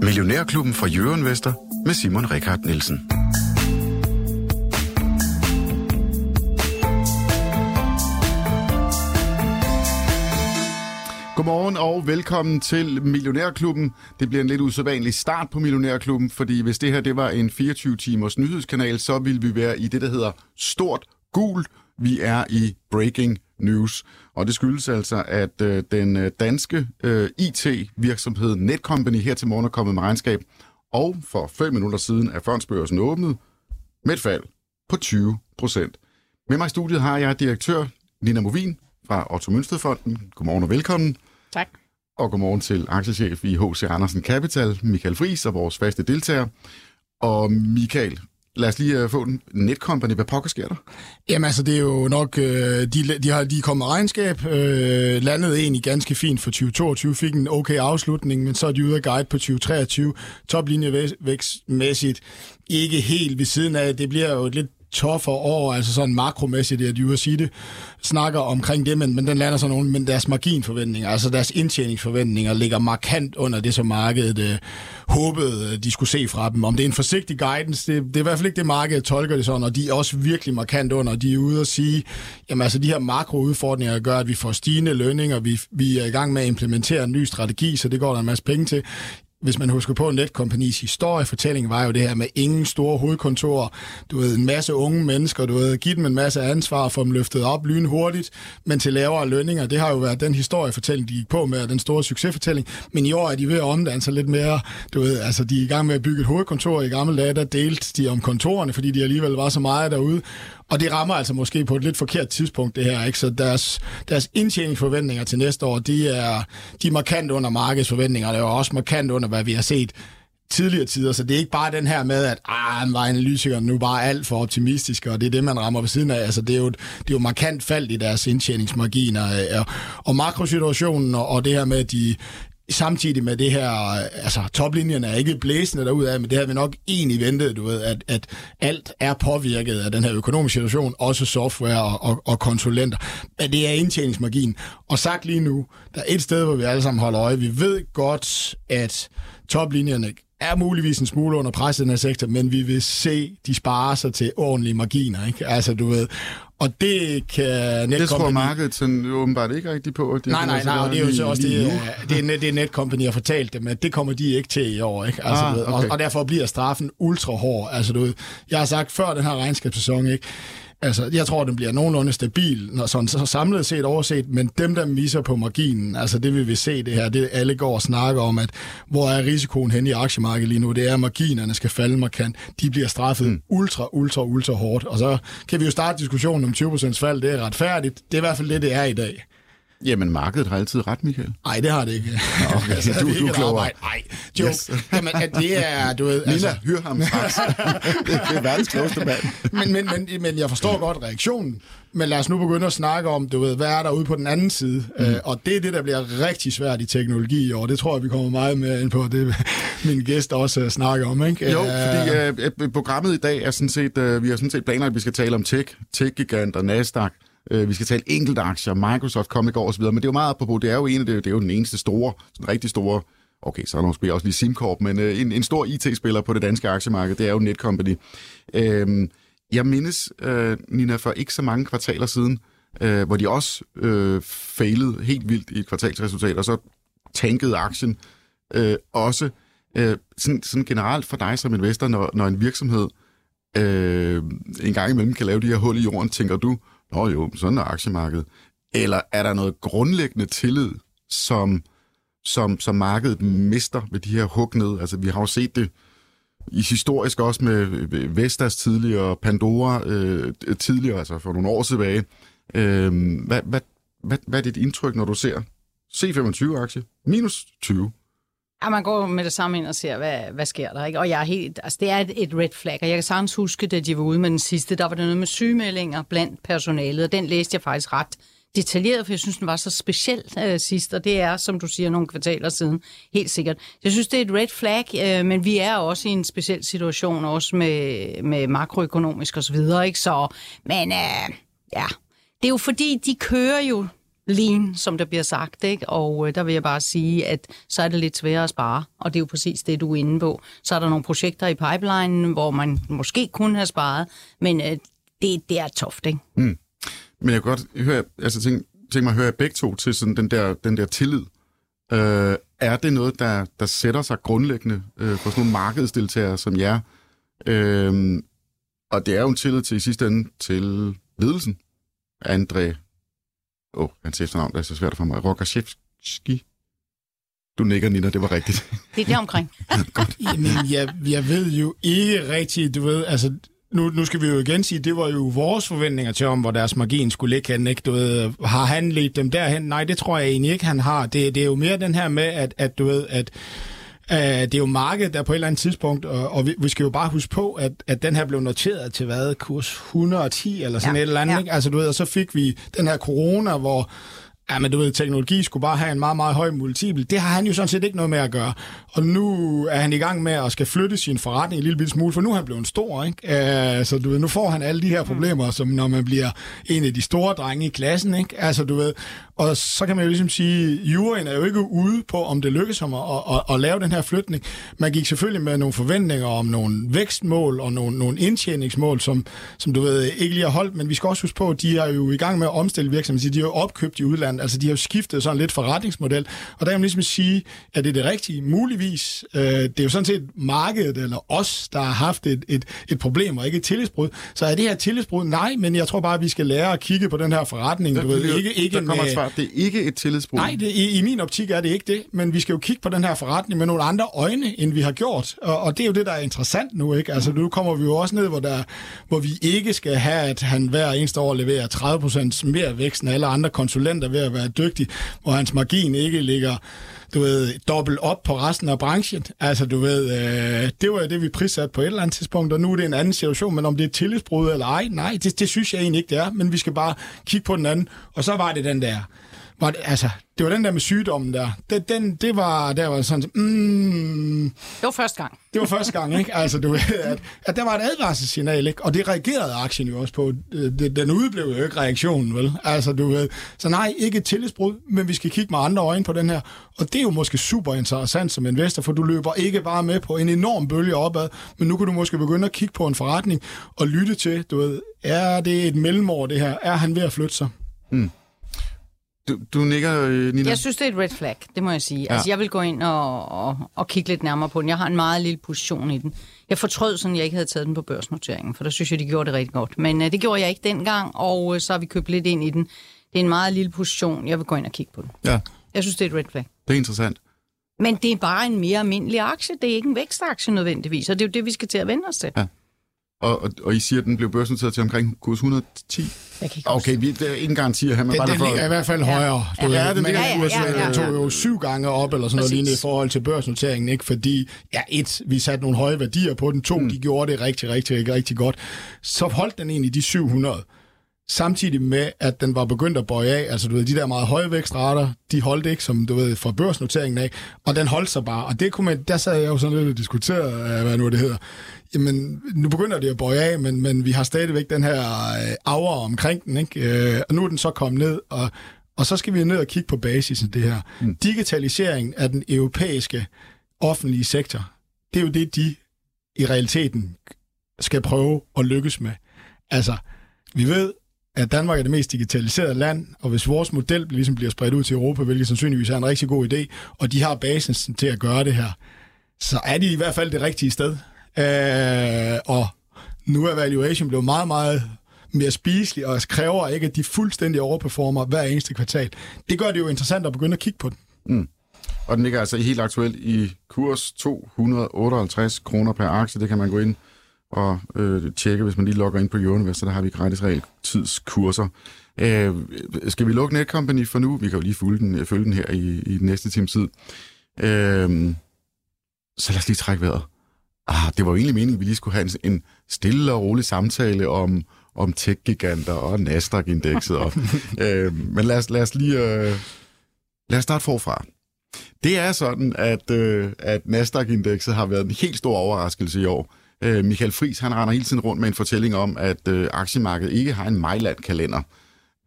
Millionærklubben fra Jørgen Vester med Simon Richard Nielsen. Godmorgen og velkommen til Millionærklubben. Det bliver en lidt usædvanlig start på Millionærklubben, fordi hvis det her det var en 24-timers nyhedskanal, så ville vi være i det, der hedder Stort Gult. Vi er i Breaking News, og det skyldes altså, at den danske IT-virksomhed Netcompany her til morgen er kommet med regnskab, og for 5 minutter siden er fondsbørsen åbnet med et fald på 20%. Med mig i studiet har jeg direktør Nina Movin fra Otto Mønsted-fonden. Godmorgen og velkommen. Tak. Og godmorgen til aktiechef i H.C. Andersen Capital, Michael Friis, og vores faste deltager. Og Michael, lad os lige få den. Netcompany, hvad pokker sker der? Jamen altså, det er jo nok, de er kommet med regnskab, landet egentlig ganske fint for 2022, fik en okay afslutning, men så er de ude af guide på 2023, toplinjevækstmæssigt ikke helt ved siden af. Det bliver jo et lidt tougher år, altså sådan makromæssigt, at de ude at sige det, snakker omkring det, men den lander sådan nogen, men deres marginforventninger, altså deres indtjeningsforventninger, ligger markant under det, som markedet håbede, de skulle se fra dem. Om det er en forsigtig guidance, det er i hvert fald ikke det, markedet tolker det sådan, og de er også virkelig markant under. De er ude at sige, jamen altså de her makroudfordringer gør, at vi får stigende lønninger, vi er i gang med at implementere en ny strategi, så det går der en masse penge til. Hvis man husker på Netcompany's historiefortælling, var jo det her med ingen store hovedkontorer, en masse unge mennesker, give dem en masse ansvar for dem løftet op lynhurtigt, men til lavere lønninger. Det har jo været den historiefortælling, de gik på med, og den store succesfortælling. Men i år er de ved at omdanne sig lidt mere, altså de er i gang med at bygge et hovedkontor. I gamle dage, der delte de om kontorerne, fordi de alligevel var så meget derude. Og det rammer altså måske på et lidt forkert tidspunkt, det her, ikke? Så deres indtjeningsforventninger til næste år, de er markant under markedsforventninger, og det er også markant under, hvad vi har set tidligere tider. Så det er ikke bare den her med, at var analytikeren nu bare alt for optimistiske, og det er det, man rammer ved siden af. Altså, det er jo markant fald i deres indtjeningsmarginer, og makrosituationen, og det her med, at de samtidig med det her, altså toplinjen er ikke blæsende derudad, men det har vi nok egentlig ventet, at alt er påvirket af den her økonomiske situation, også software og konsulenter. Men det er indtjeningsmargin. Og sagt lige nu, der er et sted, hvor vi alle sammen holder øje. Vi ved godt, at toplinjerne er muligvis en smule under pres i den her sektor, men vi vil se, de sparer sig til ordentlige marginer, ikke? Altså, og det kan Netcompany... Det tror markedet sådan åbenbart ikke rigtigt på. At nej, og det er jo så også det Netcompany har fortalt dem, at det kommer de ikke til i år, ikke? Altså, okay. og derfor bliver straffen ultra hård. Altså, jeg har sagt før den her regnskabssæson, ikke? Altså, jeg tror, den bliver nogenlunde stabil, når sådan så samlet set overset, men dem, der misser på marginen, altså det vil vi se det her, det alle går og snakker om, at hvor er risikoen hen i aktiemarkedet lige nu, det er, at marginerne skal falde markant, de bliver straffet ultra hårdt, og så kan vi jo starte diskussionen om 20% fald, det er retfærdigt, det er i hvert fald det er i dag. Jamen, markedet har altid ret, Michael. Nej, det har det ikke. Okay, altså, du er klogere. Nej, joke. Yes. Jamen, at det er, Nina, hyr ham straks. Det er verdens klogeste mand. Men jeg forstår godt reaktionen. Men lad os nu begynde at snakke om, hvad er der ude på den anden side. Og det er det, der bliver rigtig svært i teknologi i år. Det tror jeg, vi kommer meget mere ind på. Det min gæst også snakker om, ikke? Jo, fordi programmet i dag er sådan set, vi har sådan set planer, at vi skal tale om tech-giganter, Nasdaq. Vi skal tale enkelte aktier, Microsoft kom i går osv., men det er jo meget apropos, det er jo den eneste store, sådan rigtig store, okay, så er der måske også lige SimCorp, men en stor IT-spiller på det danske aktiemarked, det er jo Netcompany. Jeg mindes, Nina, for ikke så mange kvartaler siden, hvor de også failede helt vildt i et kvartalsresultat, og så tankede aktien også. Sådan generelt for dig som investor, når en virksomhed en gang imellem kan lave de her hul i jorden, tænker du, nå jo, sådan er aktiemarkedet. Eller er der noget grundlæggende tillid, som markedet mister ved de her hug ned? Altså, vi har jo set det historisk også med Vestas tidligere, Pandora tidligere, altså for nogle år tilbage. Hvad er dit indtryk, når du ser C25-aktie minus 20? Ja, man går med det samme ind og ser, hvad sker der, ikke? Og jeg er helt, altså det er et red flag, og jeg kan sagtens huske, da de var ude med den sidste, der var der noget med sygemeldinger blandt personalet, og den læste jeg faktisk ret detaljeret, for jeg synes, den var så speciel sidst, og det er, som du siger, nogle kvartaler siden, helt sikkert. Jeg synes, det er et red flag, men vi er også i en speciel situation, også med makroøkonomisk og så videre, ikke? Så, men ja, det er jo fordi, de kører jo lean, som der bliver sagt, ikke? Og der vil jeg bare sige, at så er det lidt sværere at spare, og det er jo præcis det, du er inde på. Så er der nogle projekter i pipelinen, hvor man måske kunne have sparet, men det er toft, ikke? Mm. Men jeg kan godt høre, altså tænke mig at høre begge to til sådan den der tillid. Er det noget, der sætter sig grundlæggende for sådan nogle markedsdeltagere som jer? Og det er jo en tillid til i sidste ende til ledelsen. André, hans efternavn er så svært for mig. Rogaševski. Du nikker, Nina, det var rigtigt. Det er det omkring. Godt. Jamen, jeg ved jo ikke rigtigt, du ved, altså... Nu skal vi jo igen sige, det var jo vores forventninger til om, hvor deres margin skulle ligge hen, ikke? Du ved, har han ledt dem derhen? Nej, det tror jeg egentlig ikke, han har. Det er jo mere den her med, at du ved, at det er jo markedet, der på et eller andet tidspunkt, og vi skal jo bare huske på, at den her blev noteret til hvad? Kurs 110 eller sådan et eller andet, ikke? Altså du ved, og så fik vi den her corona, hvor men du ved, teknologi skulle bare have en meget, meget høj multiple. Det har han jo sådan set ikke noget med at gøre. Og nu er han i gang med at skal flytte sin forretning en lille bitte smule, for nu er han blevet stor, ikke? Så du ved, nu får han alle de her problemer, som når man bliver en af de store drenge i klassen, ikke? Altså du ved, og så kan man jo ligesom sige, juryen er jo ikke ude på, om det lykkes ham at lave den her flytning. Man gik selvfølgelig med nogle forventninger om nogle vækstmål og nogle indtjeningsmål, som du ved ikke lige har holdt, men vi skal også huske på, at de er jo i gang med at omstille virksomheden. De er jo opkøbt i udlandet, altså de har jo skiftet sådan lidt forretningsmodel, og der kan man ligesom sige, at det er det rigtige. Muligvis, det er jo sådan set markedet eller os, der har haft et problem og ikke et tillidsbrud. Så er det her tillidsbrud? Nej, men jeg tror bare, at vi skal lære at kigge på den her forretning. Du ved, ikke der kommer et svar. Det er ikke et tillidsbrud. Nej, i min optik er det ikke det, men vi skal jo kigge på den her forretning med nogle andre øjne, end vi har gjort. Og det er jo det, der er interessant nu, ikke? Altså nu kommer vi jo også ned, hvor vi ikke skal have, at han hver eneste år leverer 30% mere vækst end alle andre konsulenter ved at være dygtig, hvor hans margin ikke ligger, du ved, dobbelt op på resten af branchen. Altså, du ved, det var det, vi prissatte på et eller andet tidspunkt, og nu er det en anden situation, men om det er et tillidsbrud eller ej, nej, det synes jeg egentlig ikke, det er, men vi skal bare kigge på den anden, og så var det den der, det var den der med sygdommen der. Det var sådan... Det var første gang. Det var første gang, ikke? Altså, du ved, at der var et advarselssignal, ikke? Og det reagerede aktien jo også på. Den udeblev jo ikke reaktionen, vel? Altså, du ved... Så nej, ikke et tillidsbrud, men vi skal kigge med andre øjne på den her. Og det er jo måske super interessant som investor, for du løber ikke bare med på en enorm bølge opad, men nu kan du måske begynde at kigge på en forretning og lytte til, du ved, er det et mellemår, det her? Er han ved at flytte sig? Mm. Du nikker, Nina? Jeg synes, det er et red flag, det må jeg sige. Ja. Altså, jeg vil gå ind og kigge lidt nærmere på den. Jeg har en meget lille position i den. Jeg fortrød sådan, jeg ikke havde taget den på børsnoteringen, for der synes jeg, de gjorde det rigtig godt. Men det gjorde jeg ikke dengang, og så har vi købt lidt ind i den. Det er en meget lille position. Jeg vil gå ind og kigge på den. Ja. Jeg synes, det er et red flag. Det er interessant. Men det er bare en mere almindelig aktie. Det er ikke en vækstaktie nødvendigvis, og det er jo det, vi skal til at vende os til. Ja. Og I siger, at den blev børsnoteret til omkring kurs 110? Okay, det er ingen garanti at have. Den ligger i hvert fald højere. Den tog jo 7 gange op, eller sådan noget lignende i forhold til børsnoteringen, ikke? Fordi, vi satte nogle høje værdier på den. 2, de gjorde det rigtig, rigtig, rigtig godt. Så holdt den egentlig de 700. Samtidig med, at den var begyndt at bøje af, altså du ved, de der meget høje vækstrater, de holdt ikke, som du ved, fra børsnoteringen af, og den holdt sig bare, og det kunne man, der sad jeg jo sådan lidt og diskuterede, hvad nu det hedder. Jamen, nu begynder det at bøje af, men vi har stadigvæk den her aura omkring den, ikke? Og nu er den så kommet ned, og så skal vi ned og kigge på basisen det her. Digitalisering af den europæiske offentlige sektor, det er jo det, de i realiteten skal prøve at lykkes med. Altså, vi ved, at Danmark er det mest digitaliserede land, og hvis vores model ligesom bliver spredt ud til Europa, hvilket sandsynligvis er en rigtig god idé, og de har basen til at gøre det her, så er de i hvert fald det rigtige sted. Og nu er valuation blevet meget, meget mere spiselig, og kræver ikke, at de fuldstændig overperformer hver eneste kvartal. Det gør det jo interessant at begynde at kigge på den. Mm. Og den ligger altså helt aktuelt i kurs 258 kroner per aktie. Det kan man gå ind og tjekke, hvis man lige logger ind på Euroinvestor, der har vi gratis realtidskurser. Skal vi lukke Netcompany for nu? Vi kan jo lige følge den her i den næste times tid. Så lad os lige trække vejret. Det var jo egentlig meningen, at vi lige skulle have en stille og rolig samtale om tech-giganter og Nasdaq-indekset. Men lad os lige starte forfra. Det er sådan, at Nasdaq-indekset har været en helt stor overraskelse i år. Michael Friis, han render hele tiden rundt med en fortælling om, at aktiemarkedet ikke har en Mailand-kalender.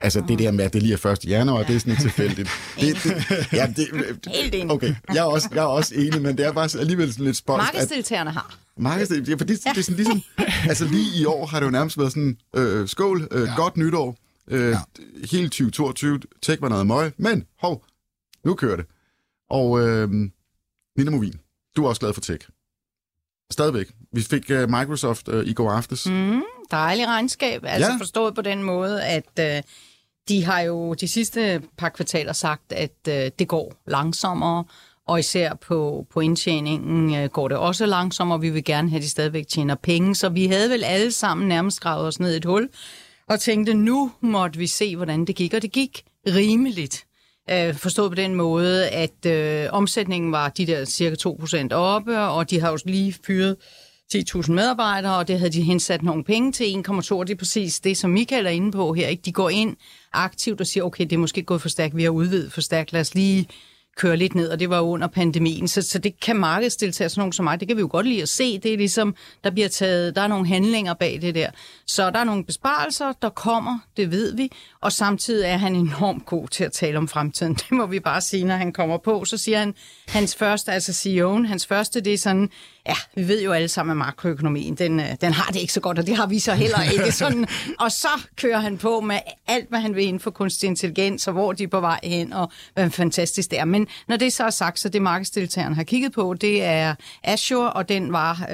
Altså det der med, at det lige er 1. januar, det er sådan lidt tilfældigt. Helt enig. Okay, jeg er også enig, men det er bare alligevel sådan lidt spøjst. Markedsdeltagerne har. Ja, for det er sådan ligesom, altså lige i år har det jo nærmest været sådan, skål, godt nytår, hele 2022, tech var noget møg, men nu kører det. Og Nina Movin, du er også glad for tech. Stadigvæk. Vi fik Microsoft i går aftes. Dejlig regnskab. Altså forstået på den måde, at de har jo de sidste par kvartaler sagt, at det går langsommere, og især på indtjeningen går det også langsommere. Vi vil gerne have, at de stadigvæk tjener penge, så vi havde vel alle sammen nærmest gravet os ned i et hul, og tænkte, nu måtte vi se, hvordan det gik, og det gik rimeligt. Forstået på den måde, at omsætningen var de der cirka 2% oppe, og de har jo lige fyret 10.000 medarbejdere, og det havde de hensat nogle penge til 1,2, og det er præcis det, som Michael er inde på her. Ikke? De går ind aktivt og siger, okay, det er måske gået for stærkt, vi har udvidet for stærkt, lad os lige køre lidt ned, og det var under pandemien. Så det kan markedsdeltagere sådan nogen som mig, det kan vi jo godt lide at se. Det er ligesom, der er nogle handlinger bag det der. Så der er nogle besparelser, der kommer, det ved vi, og samtidig er han enormt god til at tale om fremtiden. Det må vi bare sige, når han kommer på. Så siger han, hans første, altså CEO'en, hans første, det er sådan, ja, vi ved jo alle sammen, at makroøkonomien, den har det ikke så godt, og det har vi så heller ikke sådan. Og så kører han på med alt, hvad han vil inden for kunstig intelligens, og hvor de er på vej hen, og hvad fantastisk det er. Men når det så er sagt, så det markedsdeltageren har kigget på, det er Azure, og den var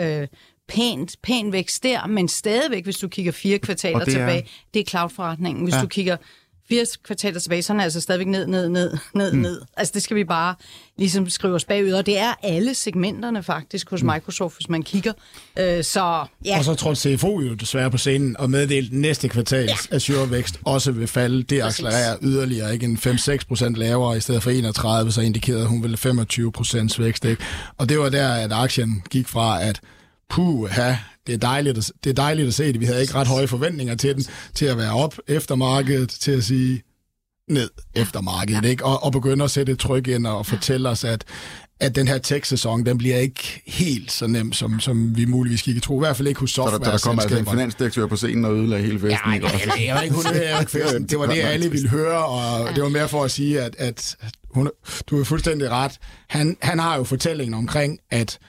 pæn vækst der, men stadigvæk, hvis du kigger 4 kvartaler tilbage, det er cloud-forretningen. Hvis du kigger 4 kvartaler tilbage, så er den altså stadigvæk ned. Altså det skal vi bare ligesom skrive os bagud, og det er alle segmenterne faktisk hos Microsoft, hvis man kigger. Så ja. Og så tror CFO jo desværre på scenen og meddelt næste kvartals Azure-vækst også vil falde. Det accelererer yderligere, ikke en 5-6% lavere i stedet for 31, så indikerede hun ville 25% vækst. Ikke? Og det var der, at aktien gik fra, at det er dejligt at se det. Vi havde ikke ret høje forventninger til den, til at være op efter markedet, til at sige ned efter markedet, ikke? Og begynde at sætte et tryk ind og fortælle os, at den her tech-sæson, den bliver ikke helt så nem, som vi muligvis ikke tror. I hvert fald ikke hos software. Så der kommer altså en finansdirektør på scenen og ødelagde hele festen. Det var det, alle ville høre, og det var mere for at sige, at du er fuldstændig ret. Han har jo fortællingen omkring, at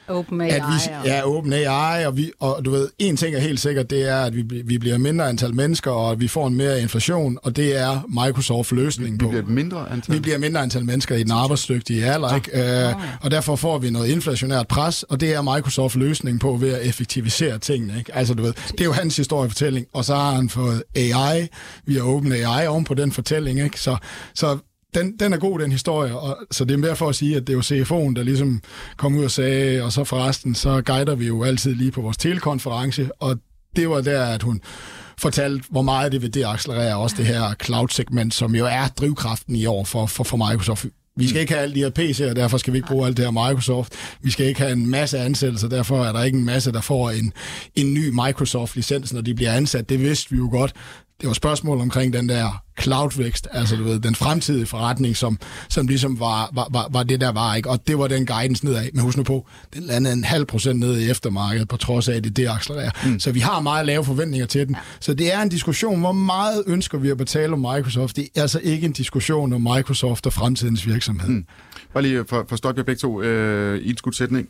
OpenAI, og du ved, en ting er helt sikkert, det er, at vi bliver mindre antal mennesker, og vi får en mere inflation, og det er Microsoft løsning på. Vi bliver mindre antal mennesker i den arbejdsdygtige alder, ikke? Og derfor får vi noget inflationært pres, og det er Microsoft løsning på ved at effektivisere tingene, ikke? Altså du ved, det er jo hans historiefortælling, og så har han fået AI via OpenAI oven på den fortælling, ikke? Så den er god, den historie, og så det er mere for at sige, at det er jo CFO'en, der ligesom kom ud og sagde, og så forresten, så guider vi jo altid lige på vores telekonference, og det var der, at hun fortalte, hvor meget det vil deaccelerere også det her cloud-segment, som jo er drivkraften i år for Microsoft. Vi skal ikke have alle de her PC'er, derfor skal vi ikke bruge alt det her Microsoft. Vi skal ikke have en masse ansættelser, derfor er der ikke en masse, der får en ny Microsoft-licens, når de bliver ansat. Det vidste vi jo godt. Det var spørgsmål omkring den der cloud-vækst, altså du ved, den fremtidige forretning, som ligesom var det, der var, ikke? Og det var den guidance nedad. Men husk nu på, den landede 0,5% ned i eftermarkedet, på trods af, at det accelererer. Så vi har meget lave forventninger til den. Så det er en diskussion, hvor meget ønsker vi at betale om Microsoft. Det er altså ikke en diskussion om Microsoft og fremtidens virksomhed. Bare lige for Stockberg begge to i en skudsætning,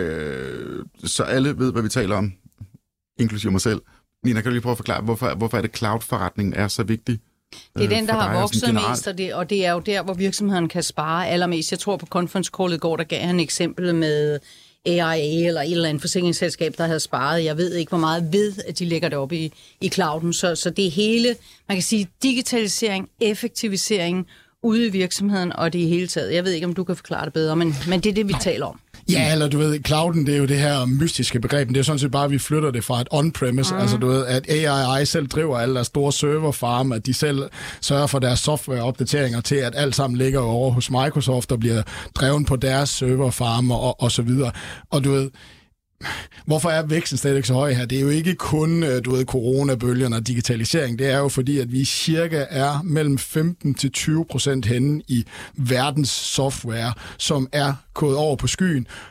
så alle ved, hvad vi taler om, inklusive mig selv. Nina, kan du lige prøve at forklare, hvorfor er det cloud-forretningen er så vigtig? Det er den, der har vokset mest, og det er jo der, hvor virksomheden kan spare allermest. Jeg tror på conference callet i går, der gav han et eksempel med AIA eller et eller andet forsikringsselskab, der havde sparet. Jeg ved ikke, hvor meget ved, at de lægger det op i clouden. Så det er hele, man kan sige, digitalisering, effektivisering ude i virksomheden, og det er hele taget. Jeg ved ikke, om du kan forklare det bedre, men det er det, vi taler om. Ja, eller du ved, clouden, det er jo det her mystiske begreb, men det er sådan set bare, at vi flytter det fra et on-premise, altså du ved, at AI selv driver alle deres store serverfarme, at de selv sørger for deres softwareopdateringer til, at alt sammen ligger over hos Microsoft og bliver drevet på deres serverfarme og så videre. Og du ved, hvorfor er væksten stadig ikke så høj her? Det er jo ikke kun, du ved, coronabølgerne og digitalisering. Det er jo fordi, at vi cirka er mellem 15-20% henne i verdens software, som er gået over på skyen.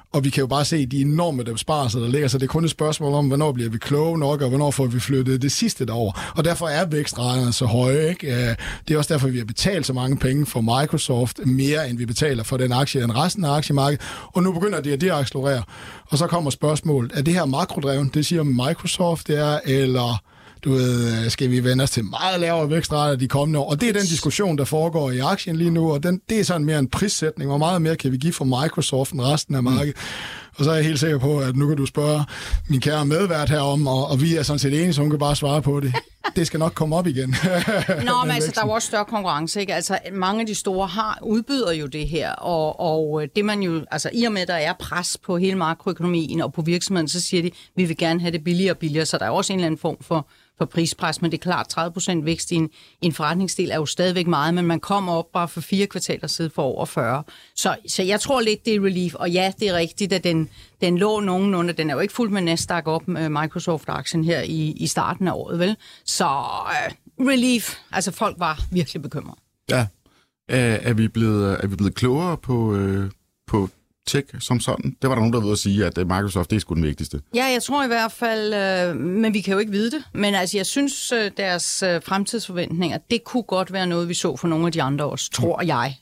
Og vi kan jo bare se de enorme besparelser, der ligger, så det er kun et spørgsmål om, hvornår bliver vi kloge nok, og hvornår får vi flyttet det sidste derover. Og derfor er vækstraterne så høje, ikke? Det er også derfor, vi har betalt så mange penge for Microsoft, mere end vi betaler for den aktie end resten af aktiemarkedet. Og nu begynder det at accelerere. Og så kommer spørgsmålet, er det her makrodreven, det siger Microsoft, det er, eller skal vi vende os til meget lavere vækstrater de kommende år? Og det er den diskussion, der foregår i aktien lige nu, og det er sådan mere en prissætning. Hvor meget mere kan vi give for Microsoft end resten af markedet? Og så er jeg helt sikker på, at nu kan du spørge min kære medvært herom, og vi er sådan set enige, så hun kan bare svare på det. Det skal nok komme op igen. Nå, men altså, der er jo også større konkurrence, ikke? Altså, mange af de store udbyder jo det her, og det man jo, altså i og med, der er pres på hele makroøkonomien og på virksomheden, så siger de, vi vil gerne have det billigere og billigere, så der er også en eller anden form for prispres, men det er klart, 30% vækst i en forretningsdel er jo stadigvæk meget, men man kommer op bare for 4 kvartaler siden for over 40. Så jeg tror lidt, det er relief, og ja, det er rigtigt, at den lå nogenlunde, den er jo ikke fuldt med Nasdaq op med Microsoft-aktien her i starten af året, vel? Så relief, altså folk var virkelig bekymrede. Ja, er vi blevet klogere på tech som sådan? Det var der nogen, der ved at sige, at Microsoft, det er sgu den vigtigste. Ja, jeg tror i hvert fald, men vi kan jo ikke vide det. Men altså, jeg synes, deres fremtidsforventninger, det kunne godt være noget, vi så for nogle af de andre også, tror jeg.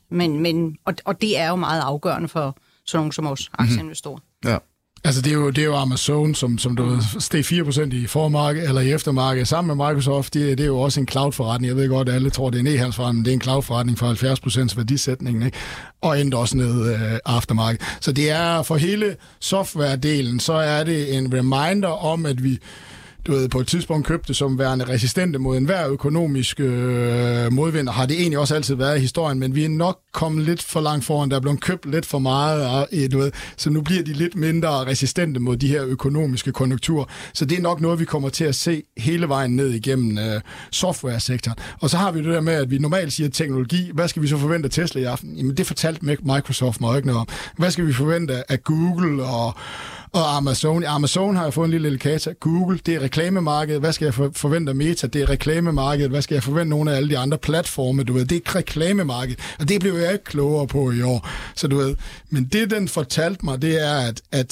Og det er jo meget afgørende for sådan nogle som os, aktieinvestorer. Ja. Altså, det er jo Amazon, som du ved, steg 4% i formarked eller i eftermarked. Sammen med Microsoft, det er jo også en cloud-forretning. Jeg ved godt, at alle tror, det er en e-handelsforretning, det er en cloud-forretning for 70% værdisætning, ikke? Og endte også ned aftermarked. Så det er for hele software-delen, så er det en reminder om, at vi på et tidspunkt købte som værende resistente mod enhver økonomisk modvind, har det egentlig også altid været i historien, men vi er nok kommet lidt for langt foran, der er blevet købt lidt for meget, så nu bliver de lidt mindre resistente mod de her økonomiske konjunkturer. Så det er nok noget, vi kommer til at se hele vejen ned igennem software-sektoren. Og så har vi det der med, at vi normalt siger teknologi. Hvad skal vi så forvente af Tesla i aften? Jamen det fortalte Microsoft mig ikke noget om. Hvad skal vi forvente af Google og Amazon? Amazon har jeg fået en lille kata. Google, det er reklamemarkedet. Hvad skal jeg forvente af Meta? Det er reklamemarkedet. Hvad skal jeg forvente nogle af alle de andre platforme? Det er reklamemarkedet. Og det blev jeg ikke klogere på i år. Så men det, den fortalte mig, det er,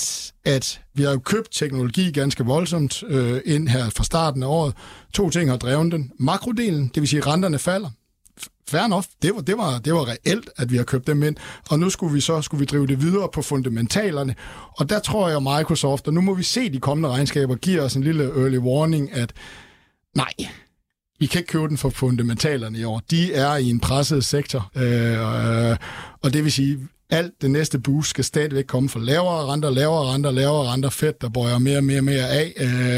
at vi har jo købt teknologi ganske voldsomt ind her fra starten af året. 2 ting har drevet den. Makrodelen, det vil sige, at renterne falder. Fair enough. Det var reelt, at vi har købt dem ind, og nu skulle vi drive det videre på fundamentalerne, og der tror jeg, Microsoft, og nu må vi se de kommende regnskaber, giver os en lille early warning, at nej, vi kan ikke købe den for fundamentalerne i år. De er i en presset sektor, og det vil sige, alt det næste boost skal stadigvæk komme fra lavere renter, fedt, der bøjer mere af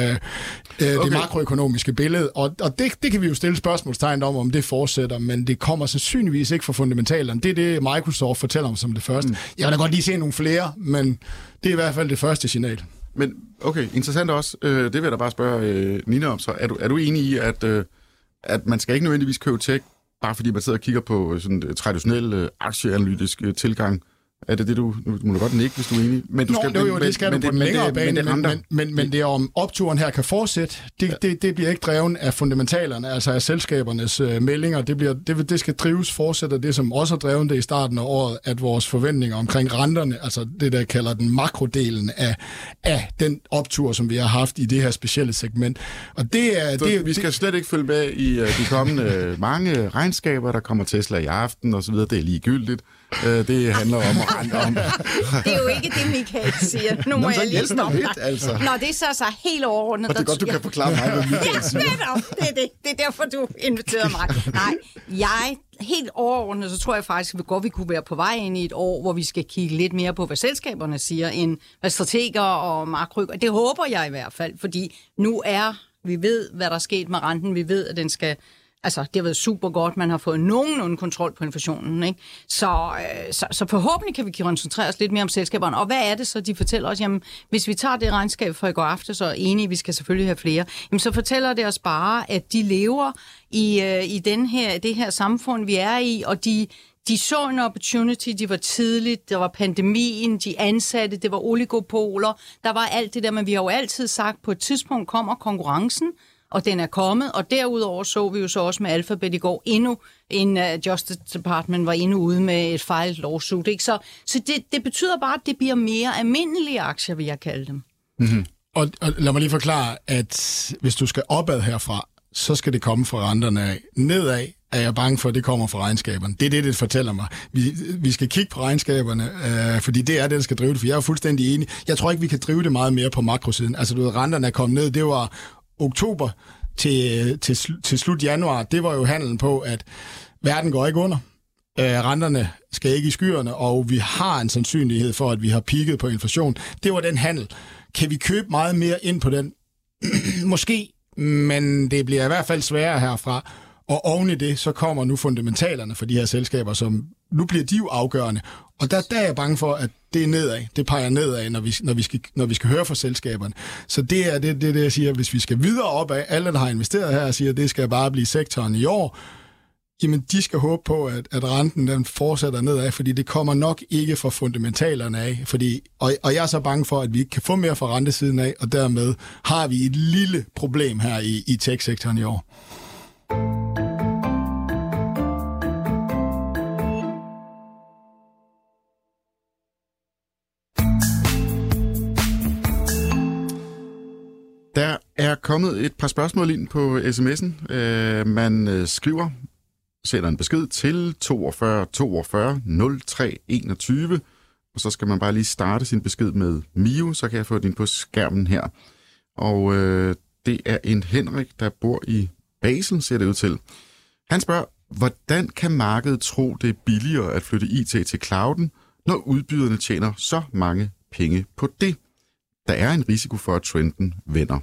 det makroøkonomiske billede. Og det kan vi jo stille spørgsmålstegn om det fortsætter, men det kommer sandsynligvis ikke fra fundamentalerne. Det er det, Microsoft fortæller om som det første. Jeg vil da godt lige se nogle flere, men det er i hvert fald det første signal. Men okay, interessant også. Det vil jeg da bare spørge Nina om. Så er du enig i, at man skal ikke nødvendigvis købe tech, bare fordi man sidder og kigger på sådan en traditionel aktieanalytisk tilgang? Er det du må da godt nikke, hvis du er enig? Men det skal du på den længere bane, men det er om opturen her kan fortsætte. Det bliver ikke dreven af fundamentalerne, altså af selskabernes meldinger. Det skal drives fortsætte det, som også har drevet det i starten af året, at vores forventninger omkring renterne, altså det, der kalder den makrodelen af den optur, som vi har haft i det her specielle segment. Og vi skal slet ikke følge med i de kommende mange regnskaber, der kommer Tesla i aften og så videre. Det er ligegyldigt. Det handler om at rente om. Det er jo ikke det, Michael siger. Nu må jeg lige stoppe dig. Altså. Nå, det er så helt overordnet. Og det er godt, du kan forklare mig, hvad Michael siger. Det er derfor, du inviterede mig. Nej, helt overordnet, så tror jeg faktisk, at vi kunne være på vej ind i et år, hvor vi skal kigge lidt mere på, hvad selskaberne siger, end hvad strateger og makroøkonomer. Det håber jeg i hvert fald, fordi vi ved, hvad der er sket med renten. Vi ved, at den skal... Altså, det har været super godt, man har fået nogenlunde kontrol på inflationen, ikke? Så forhåbentlig kan vi koncentrere os lidt mere om selskaberne. Og hvad er det så, de fortæller os? Jamen, hvis vi tager det regnskab fra i går aftes, og enige, vi skal selvfølgelig have flere, jamen, så fortæller det os bare, at de lever i det her samfund, vi er i, og de så en opportunity, de var tidligt, der var pandemien, de ansatte, det var oligopoler, der var alt det der, men vi har jo altid sagt, på et tidspunkt kommer konkurrencen, og den er kommet, og derudover så vi jo så også med Alphabet i går endnu en Justice Department var endnu ude med et filed lawsuit, ikke? Så det betyder bare, at det bliver mere almindelige aktier, vil jeg kalde dem. Mm-hmm. Og lad mig lige forklare, at hvis du skal opad herfra, så skal det komme fra renterne af. Nedad er jeg bange for, at det kommer fra regnskaberne. Det er det fortæller mig. Vi skal kigge på regnskaberne, fordi det er det, der skal drive det. For jeg er fuldstændig enig. Jeg tror ikke, vi kan drive det meget mere på makrosiden. Altså, du ved, renterne er kommet ned. Det var oktober til slut januar. Det var jo handlen på, at verden går ikke under. Renterne skal ikke i skyerne, og vi har en sandsynlighed for, at vi har peaket på inflation. Det var den handel. Kan vi købe meget mere ind på den? Måske, men det bliver i hvert fald sværere herfra. Og oven i det, så kommer nu fundamentalerne for de her selskaber, som nu bliver de jo afgørende. Og der er jeg bange for, at det er nedad. Det peger nedad, når vi skal høre fra selskaberne. Så det er det, jeg siger. Hvis vi skal videre opad, alle, der har investeret her, siger, at det skal bare blive sektoren i år, jamen de skal håbe på, at renten den fortsætter nedad, fordi det kommer nok ikke fra fundamentalerne af. Og jeg er så bange for, at vi ikke kan få mere fra rentesiden af, og dermed har vi et lille problem her i tech-sektoren i år. Der er kommet et par spørgsmål ind på sms'en. Man skriver, sender en besked til 42 42 03 21, og så skal man bare lige starte sin besked med Mio, så kan jeg få den på skærmen her. Og det er en Henrik, der bor i Basel, ser det ud til. Han spørger, hvordan kan markedet tro, det er billigere at flytte IT til clouden, når udbyderne tjener så mange penge på det? Der er en risiko for, at trenden vender.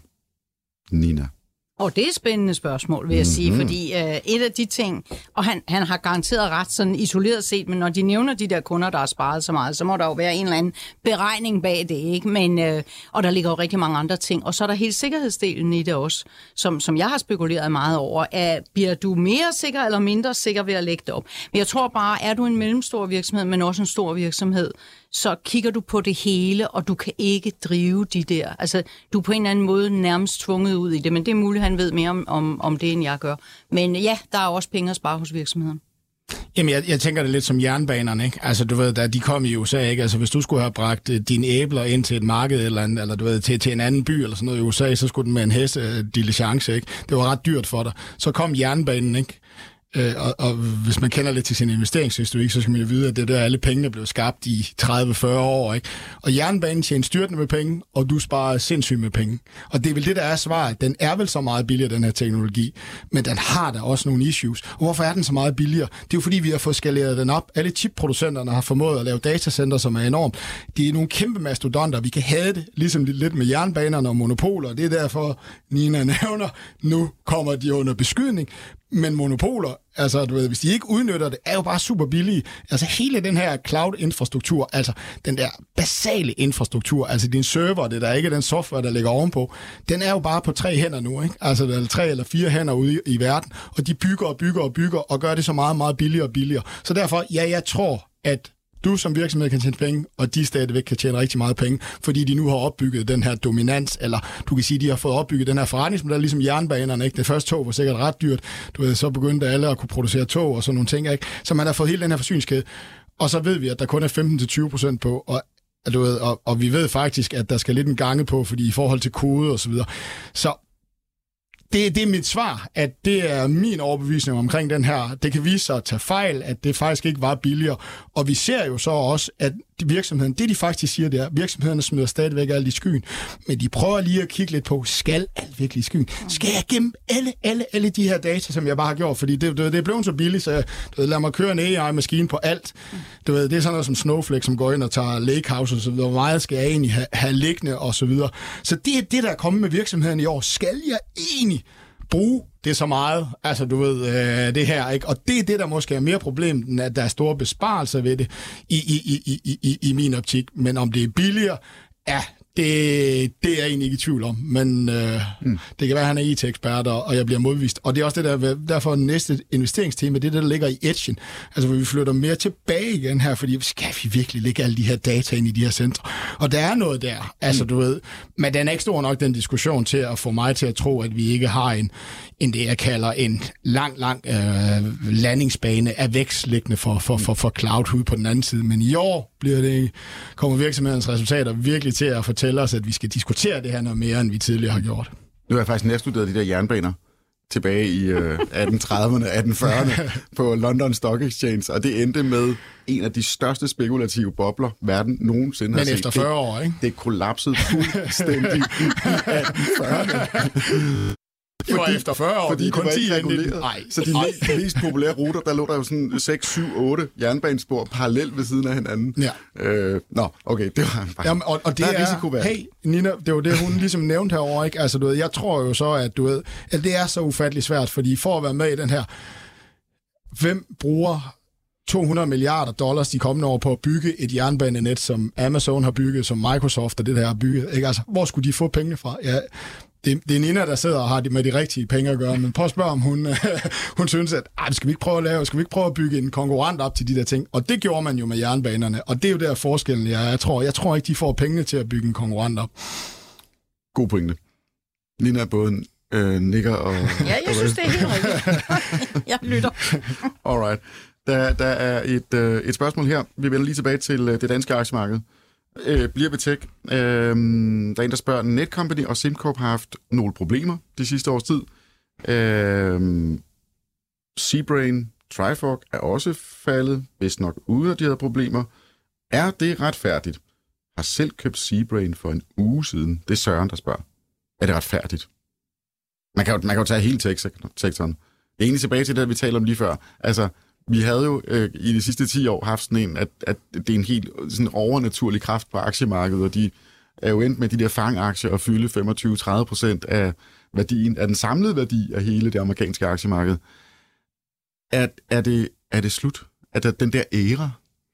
Nina. Og det er et spændende spørgsmål, vil jeg sige, fordi et af de ting, og han har garanteret ret sådan isoleret set, men når de nævner de der kunder, der har sparet så meget, så må der jo være en eller anden beregning bag det, ikke? Men, og der ligger jo rigtig mange andre ting. Og så er der hele sikkerhedsdelen i det også, som jeg har spekuleret meget over. Bliver du mere sikker eller mindre sikker ved at lægge det op? Men jeg tror bare, er du en mellemstor virksomhed, men også en stor virksomhed, så kigger du på det hele, og du kan ikke drive de der. Altså, du er på en eller anden måde nærmest tvunget ud i det, men det er muligt, han ved mere om det, end jeg gør. Men ja, der er også penge at spare hos virksomheden. Jamen, jeg tænker det lidt som jernbanerne, ikke? Altså, du ved, da de kom i USA, ikke? Altså, hvis du skulle have bragt dine æbler ind til et marked eller du ved, til en anden by eller sådan noget i USA, så skulle den med en heste-diligence, ikke? Det var ret dyrt for dig. Så kom jernbanen, ikke? Og hvis man kender lidt til sin investeringshistorik, så skal man jo vide, at det der alle pengene blev skabt i 30-40 år, ikke? Og jernbanen tjener styrtende med penge, og du sparer sindssygt med penge. Og det er vel det, der er svaret. Den er vel så meget billigere, den her teknologi, men den har da også nogle issues. Og hvorfor er den så meget billigere? Det er jo fordi, vi har fået skaleret den op. Alle chipproducenterne har formået at lave datacenter, som er enormt. Det er nogle kæmpe mastodonter. Vi kan have det, ligesom lidt med jernbanerne og monopoler. Det er derfor, Nina nævner, nu kommer de under beskydning. Men monopoler, altså du ved, hvis de ikke udnytter det, er jo bare super billige. Altså hele den her cloud-infrastruktur, altså den der basale infrastruktur, altså din server, det der ikke er den software, der ligger ovenpå, den er jo bare på 3 hænder nu, ikke? Altså der er 3 eller 4 hænder ude i verden, og de bygger og gør det så meget, meget billigere og billigere. Så derfor, ja, jeg tror, at du som virksomhed kan tjene penge, og de stadigvæk kan tjene rigtig meget penge, fordi de nu har opbygget den her dominans, eller du kan sige, de har fået opbygget den her forretningsmodel, ligesom jernbanerne, ikke? Det første tog var sikkert ret dyrt. Du ved, så begyndte alle at kunne producere tog og sådan nogle ting, ikke? Så man har fået hele den her forsyningskæde, og så ved vi, at der kun er 15-20% på, og vi ved faktisk, at der skal lidt en gange på, fordi i forhold til kode og så videre. Så det er mit svar, at det er min overbevisning omkring den her. Det kan vise sig at tage fejl, at det faktisk ikke var billigere. Og vi ser jo så også, at virksomheden, det de faktisk siger, det er, virksomhederne smider stadigvæk alt i skyen. Men de prøver lige at kigge lidt på, skal alt virkelig i skyen? Skal jeg gemme alle de her data, som jeg bare har gjort? Fordi det er blevet så billigt, så lad mig køre en AI-maskine på alt. Det er sådan noget som Snowflake, som går ind og tager Lakehouse og så videre. Hvor meget skal jeg egentlig have liggende og så videre? Så det er det, der er kommet med virksomheden i år. Skal jeg egentlig bruge det så meget, altså du ved, det her, ikke? Og det er det, der måske er mere problem, end at der er store besparelser ved det i min optik. Men om det er billigere, ja, Det er jeg egentlig ikke i tvivl om, men det kan være, at han er IT-ekspert, og jeg bliver modvist. Og det er også det derfor næste investeringstema, det der ligger i edgen. Altså, hvor vi flytter mere tilbage igen her, fordi skal vi virkelig lægge alle de her data ind i de her centre? Og der er noget der, altså du ved, men den er ikke stor nok, den diskussion, til at få mig til at tro, at vi ikke har en det, jeg kalder en lang landingsbane af vækst liggende for cloud ude på den anden side. Men i år kommer virksomhedens resultater virkelig til at fortælle os, at vi skal diskutere det her noget mere, end vi tidligere har gjort. Nu har jeg faktisk nærstuderet de der jernbaner tilbage i 1830'erne, 1840'erne på London Stock Exchange, og det endte med en af de største spekulative bobler, verden nogensinde har set. Men efter 40 år, ikke? Det kollapsede fuldstændig i 1840'erne. Det var efter 40 år, fordi kun 10 Så de mest populære ruter, der lå der jo sådan 6, 7, 8 jernbanespor parallelt ved siden af hinanden. Ja. Okay, det var bare... Jamen, og det er hey, Nina, det var det, hun ligesom nævnte herovre, ikke? Altså, du ved, jeg tror jo så, at at det er så ufatteligt svært, fordi for at være med i den her, hvem bruger $200 milliarder de kommende år på at bygge et jernbanenet, som Amazon har bygget, som Microsoft og det der har bygget, ikke? Altså, hvor skulle de få pengene fra? Ja, det er Nina, der sidder og har med de rigtige penge at gøre, men prøv at spørge, om hun synes, at skal vi ikke prøve at bygge en konkurrent op til de der ting? Og det gjorde man jo med jernbanerne, og det er jo der forskellen, jeg tror ikke, de får pengene til at bygge en konkurrent op. God pointe. Nina både nikker og... Ja, jeg synes, det er helt rigtigt. Jeg lytter. Alright. Der er et spørgsmål her. Vi vender lige tilbage til det danske aktiemarked. Bliver ved tech. Der er en, der spørger, Netcompany og SimCorp har haft nogle problemer de sidste års tid. Seabrain, Trifork er også faldet, hvis nok ude af de her problemer. Er det retfærdigt? Har selv købt Seabrain for en uge siden. Det er Søren, der spørger. Er det retfærdigt? Man kan jo tage hele tech-sektoren. Det er egentlig tilbage til det, vi talte om lige før. Altså, vi havde jo i de sidste 10 år haft sådan en, at det er en helt sådan overnaturlig kraft på aktiemarkedet, og de er jo endt med de der fangaktier at fylde 25-30% af værdien, af den samlede værdi af hele det amerikanske aktiemarked. Er det slut? Er det den der æra?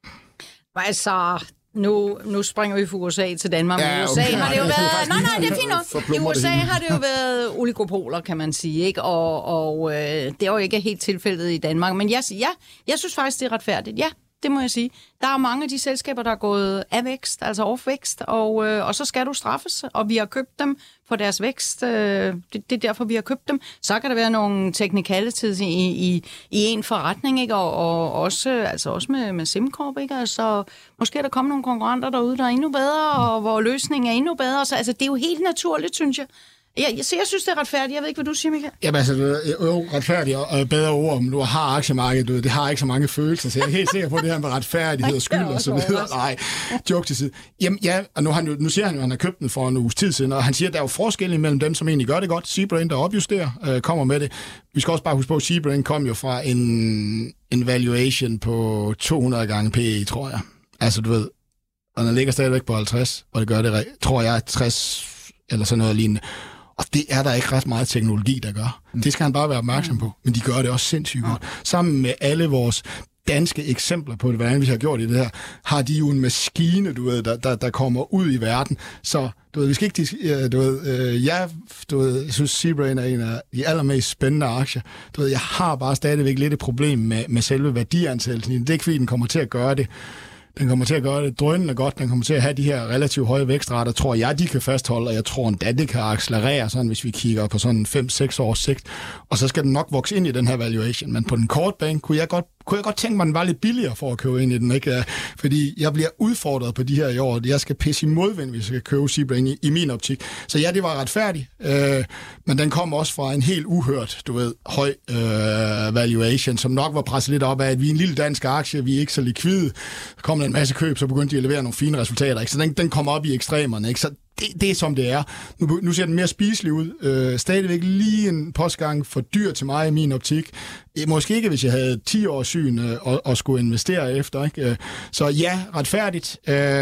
Altså, nu springer vi fra USA til Danmark. Men i USA har det jo været... Nej, det er fint nok. I USA har det jo været oligopoler, kan man sige, ikke? Og det er jo ikke helt tilfældet i Danmark. Men jeg synes faktisk, det er retfærdigt. Ja, det må jeg sige. Der er mange af de selskaber, der er gået af vækst, altså off-vækst, og så skal du straffes, og vi har købt dem for deres vækst. Det er derfor, vi har købt dem. Så kan der være nogle technicalities i en forretning, ikke? Og også med SimCorp, ikke? Altså, måske er der kommet nogle konkurrenter derude, der er endnu bedre, og hvor løsningen er endnu bedre. Så altså, det er jo helt naturligt, synes jeg. Jeg synes, det er retfærdigt. Jeg ved ikke, hvad du siger, Michael. Jamen altså, retfærdigt og bedre ord, men du har aktiemarkedet, det har ikke så mange følelser, så jeg er helt sikker på, det her med retfærdighed og skyld og så videre. Nej, joke til side. Jamen ja, og nu siger han jo, at han har købt den for en uges tid siden, og han siger, at der er jo forskel imellem dem, som egentlig gør det godt. Seabrain, der opjusterer, kommer med det. Vi skal også bare huske på, at Seabrain kom jo fra en valuation på 200 gange PE, tror jeg. Altså, du ved, og den ligger stadigvæk på 50, og det gør det, tror jeg, 60 eller sådan noget lignende. Og det er der ikke ret meget teknologi, der gør. Det skal han bare være opmærksom på. Men de gør det også sindssygt godt. Sammen med alle vores danske eksempler på det, hvordan vi har gjort i det her, har de jo en maskine, du ved, der kommer ud i verden. Så du ved, vi skal ikke... jeg synes, Seabrain er en af de allermest spændende aktier. Du ved, jeg har bare stadigvæk lidt et problem med selve værdiansættelsen. Det er ikke, fordi den kommer til at gøre det. Den kommer til at gøre det drønende godt. Den kommer til at have de her relativt høje vækstrater, tror jeg, de kan fastholde, og jeg tror endda, det kan accelerere, sådan, hvis vi kigger på sådan 5-6 års sigt. Og så skal den nok vokse ind i den her valuation. Men på den korte bane kunne jeg godt tænke mig, at den var lidt billigere for at købe ind i den, ikke? Fordi jeg bliver udfordret på de her i år. Jeg skal pisse i modvind, hvis jeg skal købe Seabrain i min optik. Så ja, det var retfærdigt. Men den kom også fra en helt uhørt, du ved, høj valuation, som nok var presset lidt op af, at vi er en lille dansk aktie, vi er ikke så likvide. Der kom der en masse køb, så begyndte de at levere nogle fine resultater, ikke? Så den kom op i ekstremerne, ikke? Så det er som det er. Nu ser den mere spiselig ud. Stadigvæk lige en postgang for dyr til mig i min optik. Måske ikke, hvis jeg havde 10 års syn og skulle investere efter, ikke? Så ja, retfærdigt.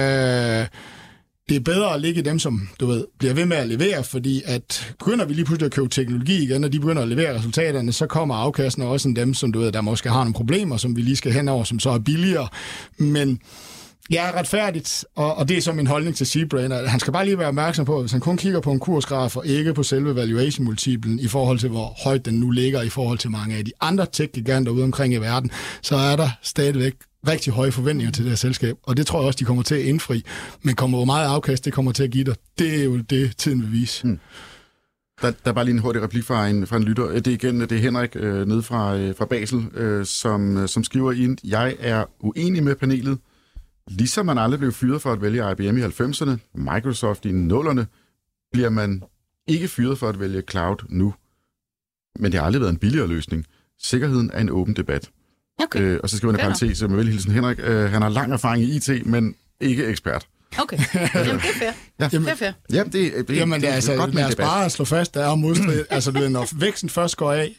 Det er bedre at ligge i dem, som du ved, bliver ved med at levere, fordi at begynder vi lige pludselig at købe teknologi igen, og de begynder at levere resultaterne, så kommer afkastene også en dem, som du ved, der måske har nogle problemer, som vi lige skal hen over, som så er billigere. Men Ja, retfærdigt, og det er så min holdning til Seabrain, at han skal bare lige være opmærksom på, at hvis han kun kigger på en kursgraf og ikke på selve valuation-multiplen i forhold til, hvor højt den nu ligger i forhold til mange af de andre tech-giganter ude omkring i verden, så er der stadigvæk rigtig høje forventninger til det her selskab, og det tror jeg også, de kommer til at indfri. Men hvor meget afkast det kommer til at give dig, det er jo det, tiden vil vise. Der er bare lige en hurtig replik fra en lytter. Det er Henrik nede fra Basel, som skriver ind, jeg er uenig med panelet. Ligesom man aldrig blev fyret for at vælge IBM i 90'erne, Microsoft i 0'erne, bliver man ikke fyret for at vælge cloud nu. Men det har aldrig været en billigere løsning. Sikkerheden er en åben debat. Okay. Og så skriver han en parentes med velhilsen Henrik. Han har lang erfaring i IT, men ikke ekspert. Okay, jamen det er fair. Ja. Det er fair. Jamen, det er godt med lad os bare slå fast, der er modstrid. Altså, når væksten først går af,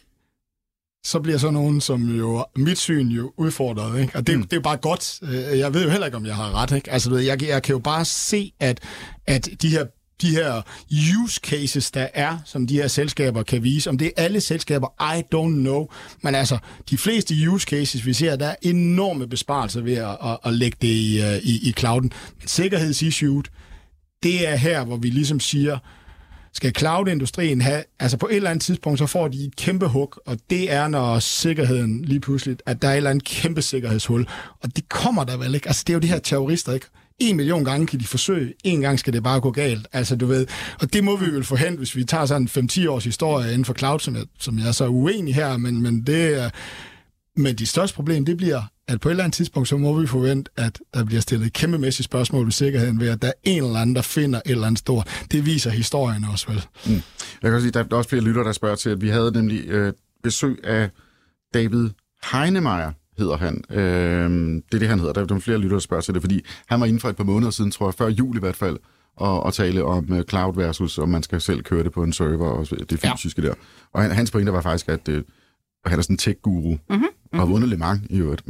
så bliver så nogen, som jo mit syn jo udfordret, ikke? Og det er jo bare godt. Jeg ved jo heller ikke, om jeg har ret, ikke? Altså, jeg kan jo bare se, at de her use cases, der er, som de her selskaber kan vise, om det er alle selskaber, I don't know. Men altså, de fleste use cases, vi ser, der er enorme besparelser ved at lægge det i clouden. Men sikkerhedsissuet, det er her, hvor vi ligesom siger, skal cloud-industrien have, altså på et eller andet tidspunkt, så får de et kæmpe hug, og det er, når sikkerheden lige pludselig, at der er et eller andet kæmpe sikkerhedshul. Og det kommer der vel ikke. Altså, det er jo de her terrorister, ikke? 1 million gange kan de forsøge, 1 gang skal det bare gå galt. Altså, du ved, og det må vi vel få hen, hvis vi tager sådan en 5-10 års historie inden for cloud, som jeg er så uenig her, men det er... Men det største problem, det bliver, at på et eller andet tidspunkt, så må vi forvente, at der bliver stillet et kæmpemæssigt spørgsmål ved sikkerheden ved, at der er en eller anden, der finder et eller andet stort. Det viser historien også vel. Jeg kan også sige, der er også flere lyttere, der spørger til, at vi havde nemlig besøg af David Heinemeier, hedder han. Det er det, han hedder. Der er flere lyttere, der spørger til det, fordi han var inden for et par måneder siden, tror jeg, før jul i hvert fald, og tale om cloud versus, om man skal selv køre det på en server og det fysiske der. Og hans pointe var faktisk, at han er sådan en tech-guru, og har vundet Le Mans i øvrigt.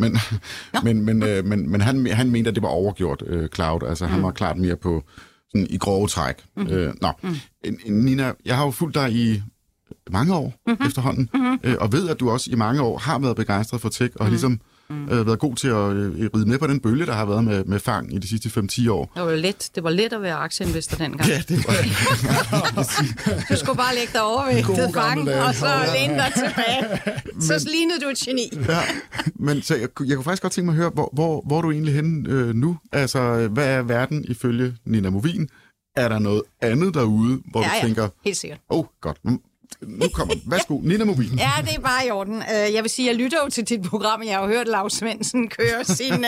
Men han mente, at det var overgjort cloud. Altså, han var klart mere på sådan i grove træk. Nina, jeg har jo fulgt dig i mange år efterhånden, og ved, at du også i mange år har været begejstret for tech, og har ligesom været god til at ride med på den bølge, der har været med Fang i de sidste 5-10 år. Det var let at være aktieinvestor dengang. Ja, det var Du skulle bare lægge dig over ved Fang, og så læne dig tilbage. Så lignede du et geni. Ja, men så jeg kunne faktisk godt tænke mig at høre, hvor er du egentlig henne nu? Altså, hvad er verden ifølge Nina Movin? Er der noget andet derude, hvor du tænker... helt sikkert. Godt. Nu kommer den. Værsgo, Nina Movin. Ja, det er bare i orden. Jeg vil sige, jeg lytter jo til dit program. Jeg har jo hørt Lars Svendsen køre sin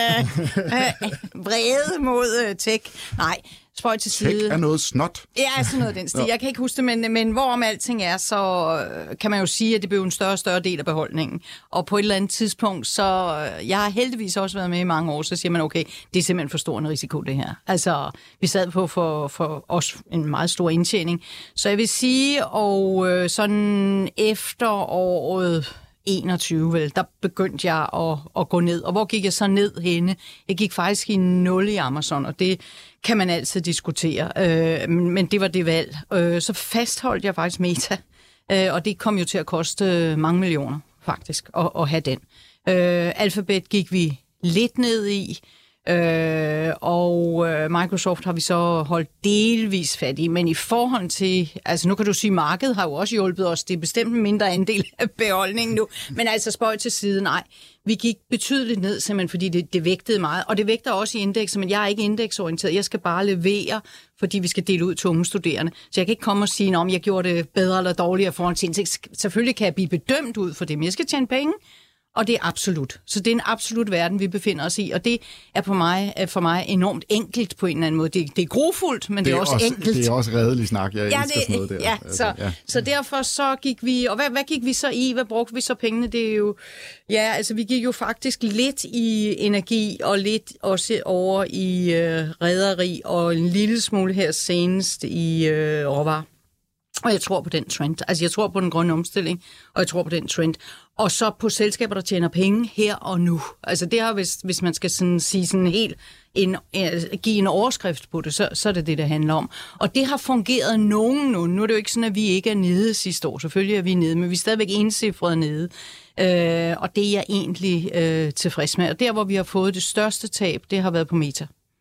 vrede mod tech. Nej, spøj til side. Tech er noget snot. Ja, sådan noget den stil. Jeg kan ikke huske det, men hvorom alting er, så kan man jo sige, at det bliver en større og større del af beholdningen. Og på et eller andet tidspunkt, så jeg har heldigvis også været med i mange år, så siger man, okay, det er simpelthen for stor en risiko, det her. Altså, vi sad på for os en meget stor indtjening. Så jeg vil sige, og sådan efter året 21, vel, der begyndte jeg at gå ned. Og hvor gik jeg så ned henne? Jeg gik faktisk i 0 i Amazon, og det kan man altid diskutere. Men det var det valg. Så fastholdt jeg faktisk Meta, og det kom jo til at koste mange millioner, faktisk, at have den. Alphabet gik vi lidt ned i, og Microsoft har vi så holdt delvis fat i, men i forhold til, altså nu kan du sige, markedet har jo også hjulpet os, det er bestemt en mindre andel af beholdningen nu, men altså spøj til side, nej. Vi gik betydeligt ned, simpelthen fordi det vægtede meget, og det vægter også i indekser, men jeg er ikke indeksorienteret, jeg skal bare levere, fordi vi skal dele ud til unge studerende. Så jeg kan ikke komme og sige, om jeg gjorde det bedre eller dårligere forhold til indeks. Selvfølgelig kan jeg blive bedømt ud for det, men jeg skal tjene penge. Og det er absolut. Så det er en absolut verden, vi befinder os i. Og det er for mig enormt enkelt på en eller anden måde. Det er grofuldt, men det er også enkelt. Det er også redelig snak. Jeg elsker sådan noget der. Ja, så derfor så gik vi... Og hvad gik vi så i? Hvad brugte vi så pengene? Det er jo... Ja, altså vi gik jo faktisk lidt i energi, og lidt også over i rederi, og en lille smule her senest i råvarer. Og jeg tror på den trend. Altså jeg tror på den grønne omstilling, og jeg tror på den trend. Og så på selskaber, der tjener penge her og nu. Altså det har, hvis man skal sådan sige sådan helt, give en overskrift på det, så er det det, der handler om. Og det har fungeret nogenlunde. Nu er det jo ikke sådan, at vi ikke er nede sidste år. Selvfølgelig er vi nede, men vi er stadigvæk encifrede nede. Og det er jeg egentlig tilfreds med. Og der, hvor vi har fået det største tab, det har været på Meta.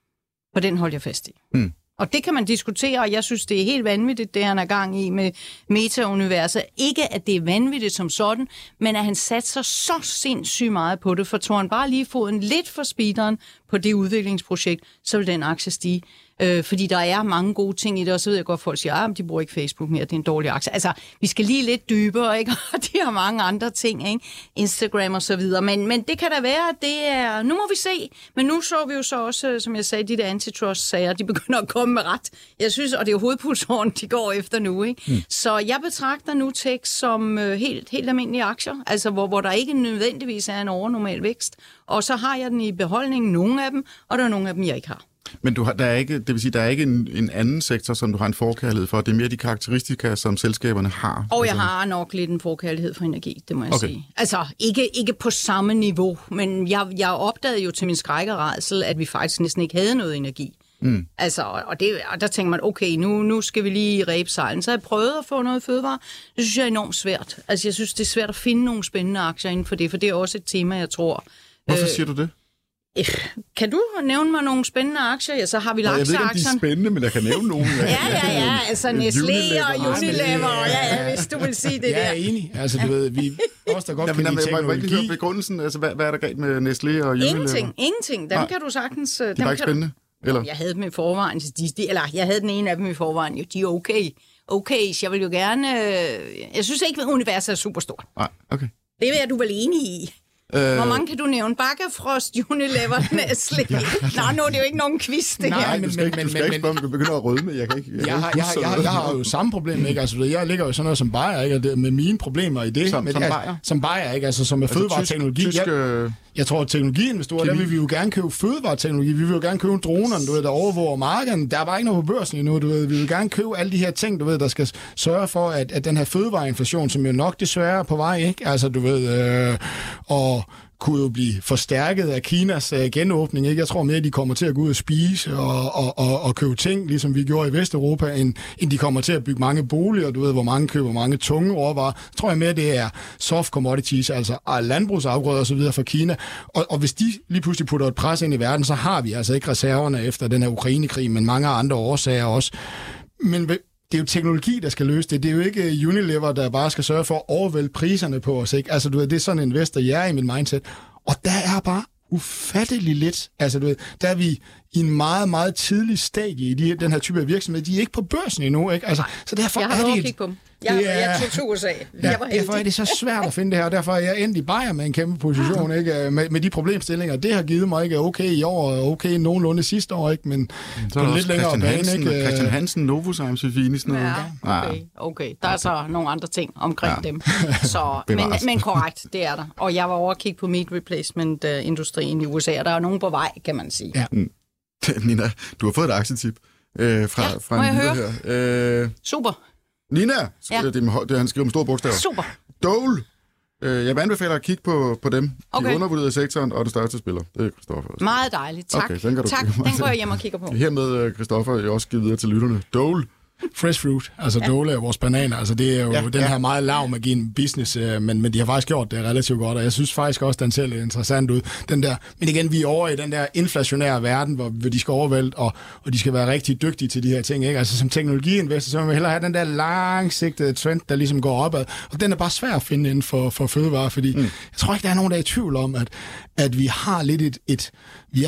For den holder jeg fast i. Og det kan man diskutere, og jeg synes, det er helt vanvittigt, det han er gang i med meta-universet. Ikke, at det er vanvittigt som sådan, men at han satser så sindssygt meget på det, for tog han bare lige foden lidt for speederen på det udviklingsprojekt, så vil den aktie stige. Fordi der er mange gode ting i det, og så ved jeg godt, folk siger, at de bruger ikke Facebook mere, det er en dårlig aktie. Altså, vi skal lige lidt dybere, ikke? Og de har mange andre ting, ikke? Instagram og så videre. Men det kan da være, at det er... Nu må vi se. Men nu så vi jo så også, som jeg sagde, de der antitrust-sager, de begynder at komme med ret. Jeg synes, og det er jo hovedpulsåren, de går efter nu, ikke? Så jeg betragter nu Tech som helt almindelige aktier, altså hvor der ikke nødvendigvis er en overnormal vækst. Og så har jeg den i beholdningen, nogle af dem, og der er nogle af dem, jeg ikke har. Men der er ikke, det vil sige, der er ikke en anden sektor, som du har en forkærlighed for. Det er mere de karakteristika, som selskaberne har. Og jeg har nok lidt en forkærlighed for energi, det må jeg sige. Altså, ikke på samme niveau, men jeg opdagede jo til min skræk og rædsel, at vi faktisk næsten ikke havde noget energi. Altså, og der tænker man, okay, nu skal vi lige ræbe sejlen. Så har jeg prøvet at få noget fødevare. Det synes jeg er enormt svært. Altså, jeg synes, det er svært at finde nogle spændende aktier inden for det, for det er også et tema, jeg tror. Hvorfor siger du det? Kan du nævne mig nogle spændende aktier? Ja, så har vi lakseaktierne. Jeg ved ikke, om de er spændende, men jeg kan nævne nogle. Ja, altså Nestlé og Unilever. Ja, hvis du vil sige det der. Jeg er enig. Altså, du ved, vi også der godt kan lide teknologi. Må jeg ikke høre begrundelsen? Altså, hvad er der galt med Nestlé og Unilever? Ingenting. Dem kan du sagtens... De var ikke spændende? Eller? Jeg havde dem i forvejen. Jeg havde den ene af dem i forvejen. Jo, de er okay. Okay, jeg vil jo gerne... Jeg synes ikke, at universet er super stort. Nej, okay. Det er du vel enig i? Hvor mange kan du nævne? Bakkafrost, Unilever, Nestlé. Nå, det er jo ikke nogen quiz, det her. Du skal ikke spørge, om du begynder at rødme. Jeg har jo samme problem, ikke? Altså, jeg ligger jo sådan noget som Bayer, ikke? Med mine problemer i det. Som Bayer, ikke? Altså, som med fødevareteknologi. Jeg tror, at teknologiinvestorer, der vil vi jo gerne købe fødevareteknologi. Vi vil jo gerne købe dronerne, du ved, der overvåger markedet. Der er bare ikke noget på børsen endnu, du ved. Vi vil gerne købe alle de her ting, du ved, der skal sørge for, at den her fødevareinflation, som jo nok desværre er på vej, ikke? Altså, du ved, og kunne jo blive forstærket af Kinas genåbning, ikke? Jeg tror mere, at de kommer til at gå ud og spise og købe ting, ligesom vi gjorde i Vesteuropa, end de kommer til at bygge mange boliger, du ved, hvor mange køber mange tunge råvarer. Jeg tror mere, det er soft commodities, altså landbrugsafgrøder og så videre fra Kina. Og hvis de lige pludselig putter et pres ind i verden, så har vi altså ikke reserverne efter den her Ukraine-krig, men mange andre årsager også. Men det er jo teknologi, der skal løse det. Det er jo ikke Unilever, der bare skal sørge for at overvælde priserne på os, ikke? Altså, du ved, det er sådan en investor, jeg er i mit mindset. Og der er bare ufatteligt lidt. Altså, du ved, der er vi i en meget, meget tidlig stadie i den her type af virksomhed. De er ikke på børsen endnu, ikke? Altså, så derfor jeg har kigget på dem. Jeg tog til USA. Derfor er det så svært at finde det her, og derfor er jeg endt i Bayer med en kæmpe position, ikke? Med de problemstillinger. Det har givet mig ikke okay i år, og okay nogenlunde sidste år, ikke? Men så er der lidt længere bane, ikke? Christian Hansen, Novozymes, sådan noget. Ja, okay. Der er så nogle andre ting omkring dem. Så, men korrekt, det er der. Og jeg var over at kigge på meat replacement-industrien i USA, og der er nogen på vej, kan man sige. Ja. Nina, du har fået et aktietip fra må jeg høre? Her. Super. Nina, det han skriver med store bogstaver. Super. Dole. Jeg vil anbefale at kigge på dem. Okay. De undervurderede i sektoren, og det største spiller. Det er Christoffer. Meget dejligt, tak. Okay, den går jeg hjem og kigger på. Hermed, Christoffer, jeg også givet videre til lytterne. Dole. Fresh fruit, altså Dole er vores bananer, altså det er jo den her meget lav margin business, men de har faktisk gjort det relativt godt, og jeg synes faktisk også, den ser lidt interessant ud. Den der, men igen, vi er over i den der inflationære verden, hvor de skal overvælte, og de skal være rigtig dygtige til de her ting, ikke? Altså som teknologiinvestor, så vil man hellere have den der langsigtede trend, der ligesom går opad, og den er bare svær at finde inden for fødevare, fordi jeg tror ikke, der er nogen, der er i tvivl om, at vi har lidt vi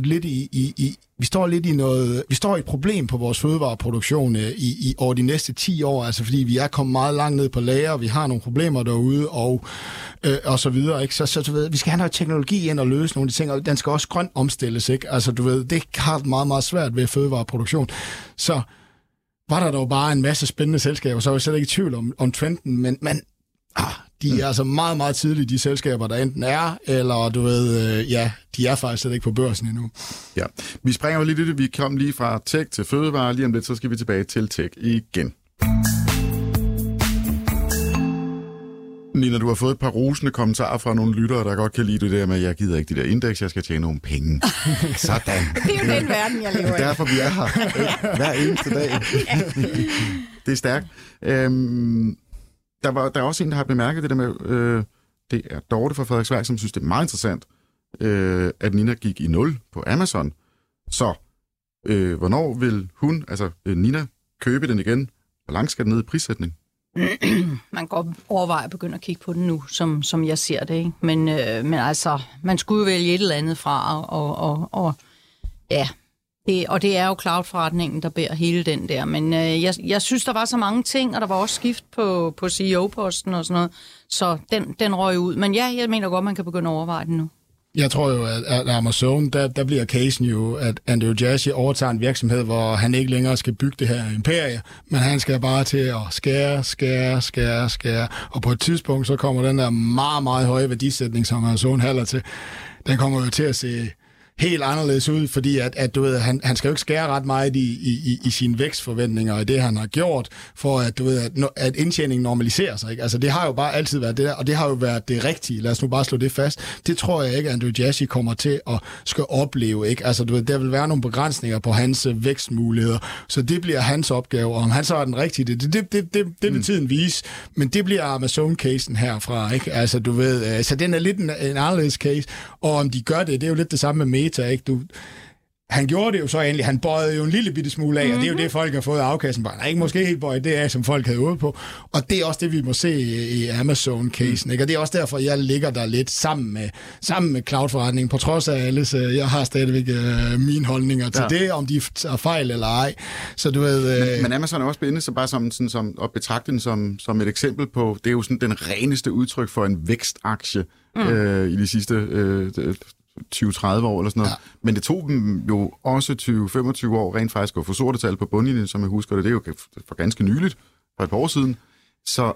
står i et problem på vores fødevareproduktion over de næste 10 år, altså fordi vi er kommet meget langt ned på lager, vi har nogle problemer derude, og så videre, ikke? Så du ved, vi skal have noget teknologi ind og løse nogle af de ting, og den skal også grønt omstilles, ikke? Altså du ved, det har meget, meget svært ved fødevareproduktion. Så var der dog bare en masse spændende selskaber, så er jeg slet ikke i tvivl om trenden, men de er altså meget, meget tidlige, de selskaber, der enten er, eller du ved, de er faktisk slet ikke på børsen endnu. Ja, vi springer jo lidt, vi kom lige fra tech til fødevare, lige om lidt, så skal vi tilbage til tech igen. Nina, du har fået et par rosende kommentarer fra nogle lyttere, der godt kan lide det der med, at jeg gider ikke de der indeks, jeg skal tjene nogle penge. Sådan. Det er jo den verden, jeg lever i. Derfor vi er her hver eneste dag. Det er stærkt. Der er også en, der har bemærket det der med, det er Dorte fra Frederiksværk, som synes, det er meget interessant, at Nina gik i 0 på Amazon. Så Hvornår vil hun, altså Nina, købe den igen? Hvor langt skal den ned i prissætning? Man kan godt overveje at begynde at kigge på den nu, som jeg ser det, ikke? Men altså, man skulle jo vælge et eller andet fra, og ja, det er jo cloud-forretningen, der bærer hele den der. Men jeg synes, der var så mange ting, og der var også skift på CEO-posten og sådan noget, så den røg ud. Men ja, jeg mener godt, man kan begynde at overveje den nu. Jeg tror jo, at Amazon, der bliver casen jo, at Andrew Jassy overtager en virksomhed, hvor han ikke længere skal bygge det her imperie, men han skal bare til at skære. Og på et tidspunkt, så kommer den der meget, meget høje værdisætning, som Amazon handler til, den kommer jo til at se helt anderledes ud, fordi at du ved, han skal jo ikke skære ret meget i sine vækstforventninger og det, han har gjort, for at, du ved, at indtjeningen normaliserer sig. Ikke? Altså, det har jo bare altid været det der, og det har jo været det rigtige. Lad os nu bare slå det fast. Det tror jeg ikke, Andrew Jassy kommer til at skal opleve. Ikke? Altså, du ved, der vil være nogle begrænsninger på hans vækstmuligheder, så det bliver hans opgave, og om han så er den rigtige, det vil tiden vise, men det bliver Amazon-casen herfra. Ikke? Altså, du ved, så den er lidt en anderledes case, og om de gør det er jo lidt det samme med Meta, ikke? Han gjorde det jo så egentlig. Han bøjede jo en lille bitte smule af, og det er jo det, folk har fået af afkassen. Han er ikke måske helt bøjet det af, som folk havde ude på. Og det er også det, vi må se i Amazon-casen. Ikke? Og det er også derfor, jeg ligger der lidt sammen med cloud-forretningen. På trods af alles, jeg har stadigvæk mine holdninger til det, om de er fejl eller ej. Så du ved... Men Amazon er også spændende, så bare som at betragte den som et eksempel på, det er jo sådan den reneste udtryk for en vækstaktie i de sidste 20-30 år eller sådan noget. Ja. Men det tog dem jo også 20-25 år rent faktisk at få sorte tal på bundlinjen, som jeg husker det. Det er jo for ganske nyligt, for et par år siden. Så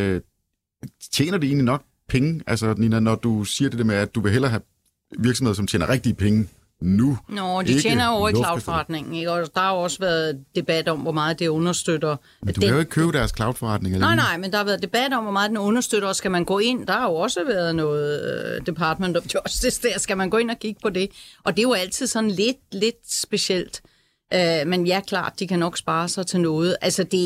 tjener det egentlig nok penge? Altså, Nina, når du siger det der med, at du vil hellere have virksomheder, som tjener rigtige penge nu. Nå, de tjener over i cloud-forretningen, ikke? Og der har jo også været debat om, hvor meget det understøtter. Men du kan jo ikke købe deres cloud-forretning. Nej, men der har været debat om, hvor meget den understøtter, og skal man gå ind? Der har jo også været noget Department of Justice der. Skal man gå ind og kigge på det? Og det er jo altid sådan lidt specielt. Men ja, klart, de kan nok spare sig til noget. Altså, det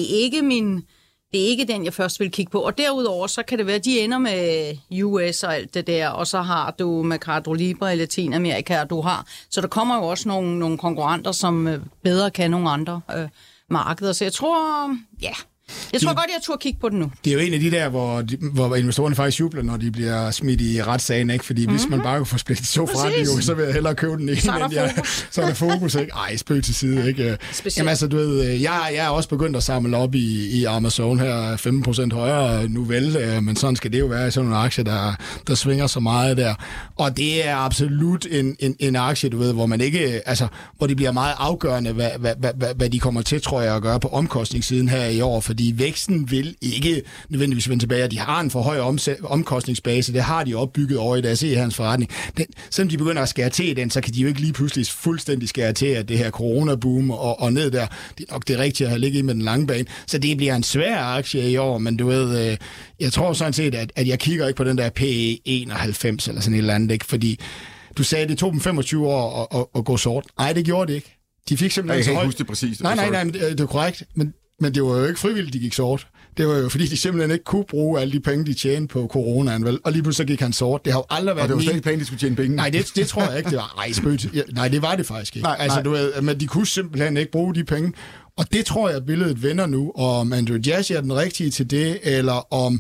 er ikke den, jeg først vil kigge på. Og derudover, så kan det være, at de ender med US og alt det der, og så har du Mercado Libre i Latinamerika, og du har. Så der kommer jo også nogle konkurrenter, som bedre kan nogle andre markeder. Så jeg tror, jeg tror godt, jeg turde kigge på den nu. Det er jo en af de der, hvor investorerne faktisk jubler, når de bliver smidt i retssagen, ikke? Fordi hvis man bare kunne få splittet så forretninger, så vil jeg hellere købe den. Så er der fokus, ikke? Ej, spøg til side, ikke? Jamen altså, du ved, jeg er også begyndt at samle op i Amazon her, 15% højere nu vel, men sådan skal det jo være i sådan nogle aktier, der svinger så meget der. Og det er absolut en aktie, du ved, hvor man ikke, altså, hvor det bliver meget afgørende, hvad de kommer til, tror jeg, at gøre på omkostningssiden her i år, fordi væksten vil ikke nødvendigvis vende tilbage, de har en for høj omkostningsbase, det har de opbygget over i deres e-handels forretning. Selvom de begynder at skære til den, så kan de jo ikke lige pludselig fuldstændig skære til, at det her coronaboom og ned der, det er nok det rigtige at have ligget i med den lange bane. Så det bliver en svær aktie i år, men du ved, jeg tror sådan set, at jeg kigger ikke på den der PE 91 eller sådan et eller andet, ikke? Fordi du sagde, det tog dem 25 år at gå sort. Nej, det gjorde det ikke. De fik simpelthen så højt. Jeg kan ikke huske det præcis. Nej, men det er korrekt, men det var jo ikke frivilligt, de gik sort. Det var jo, fordi de simpelthen ikke kunne bruge alle de penge, de tjente på coronaen, vel? Og lige pludselig gik han sort. Det har jo aldrig været... Og det var slet ikke penge, de skulle tjene penge. Nej, det tror jeg ikke, det var. Nej, det var det faktisk ikke. Nej. Du ved, men de kunne simpelthen ikke bruge de penge. Og det tror jeg, billedet vender nu. Og om Andrew Jassy er den rigtige til det, eller om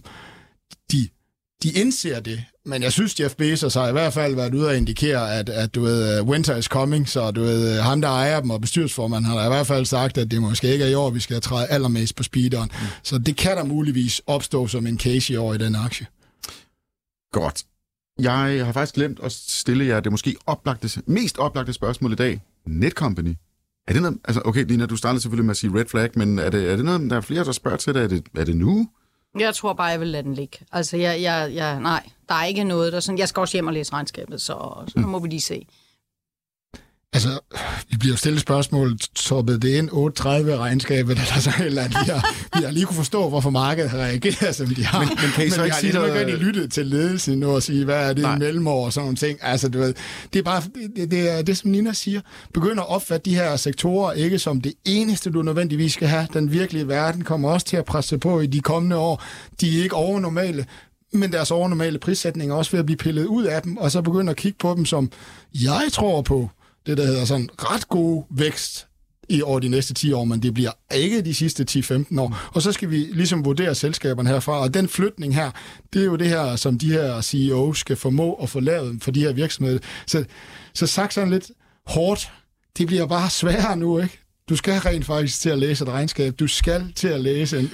de indser det. Men jeg synes, Jeff Bezos har i hvert fald været ude og indikere, at du ved, winter is coming, så du ved, ham der ejer dem og bestyrelsesformanden har i hvert fald sagt, at det måske ikke er i år, vi skal træde allermest på speederen. Så det kan der muligvis opstå som en case i år i den aktie. Godt. Jeg har faktisk glemt at stille jer det måske mest oplagte spørgsmål i dag. Netcompany. Er det noget, altså okay, Lina, du startede selvfølgelig med at sige red flag, men er det noget, der er flere, der spørger til det? Er det nu? Jeg tror bare, jeg vil lade den ligge. Altså, nej, der er ikke noget, der sådan... Jeg skal også hjem og læse regnskabet, så må vi lige se. Altså, vi bliver jo stillet spørgsmål, toppede det ind 8.30 regnskabet, eller så et eller andet. Vi har lige kunne forstå, hvorfor markedet har reageret, som de har. Men kan I så ikke sige, at de lyttet til ledelsen nu og sige, hvad er det en mellemår og sådan nogle ting. Altså, du ved, det er bare det, som Nina siger. Begynder at opfatte de her sektorer ikke som det eneste, du nødvendigvis skal have. Den virkelige verden kommer også til at presse på i de kommende år. De er ikke overnormale, men deres overnormale prissætning er også ved at blive pillet ud af dem, og så begynder at kigge på dem, som jeg tror på det der hedder sådan ret god vækst over de næste 10 år, men det bliver ikke de sidste 10-15 år. Og så skal vi ligesom vurdere selskaberne herfra, og den flytning her, det er jo det her, som de her CEOs skal formå at få lavet for de her virksomheder. Så sagt sådan lidt hårdt, det bliver bare sværere nu, ikke? Du skal rent faktisk til at læse et regnskab. Du skal til at læse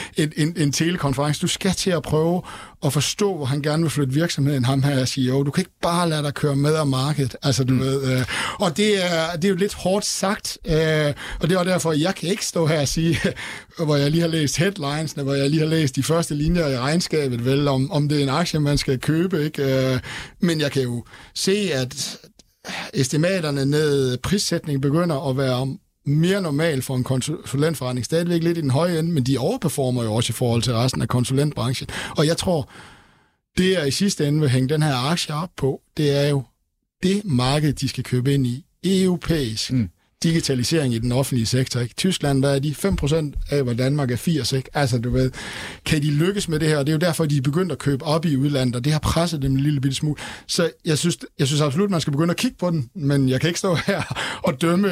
en telekonference. Du skal til at prøve at forstå, hvor han gerne vil flytte virksomheden, ham her CEO. Du kan ikke bare lade dig køre med af markedet. Altså, du ved, og det er jo lidt hårdt sagt, og det var derfor, jeg kan ikke stå her og sige, hvor jeg lige har læst headlinesene, hvor jeg lige har læst de første linjer i regnskabet, vel, om det er en aktie, man skal købe, ikke? Men jeg kan jo se, at estimaterne ned prissætning begynder at være mere normal for en konsulentforretning. Stadigvæk lidt i den høje ende, men de overperformer jo også i forhold til resten af konsulentbranchen. Og jeg tror, det jeg i sidste ende vil hænge den her aktie op på, det er jo det marked, de skal købe ind i. Europæisk digitalisering i den offentlige sektor. Ikke? Tyskland, hvad er de? 5% af, hvor Danmark er 80%. Ikke? Altså, du ved, kan de lykkes med det her? Og det er jo derfor, de er begyndt at købe op i udlandet, og det har presset dem en lille bitte smule. Så jeg synes absolut, man skal begynde at kigge på den, men jeg kan ikke stå her og dømme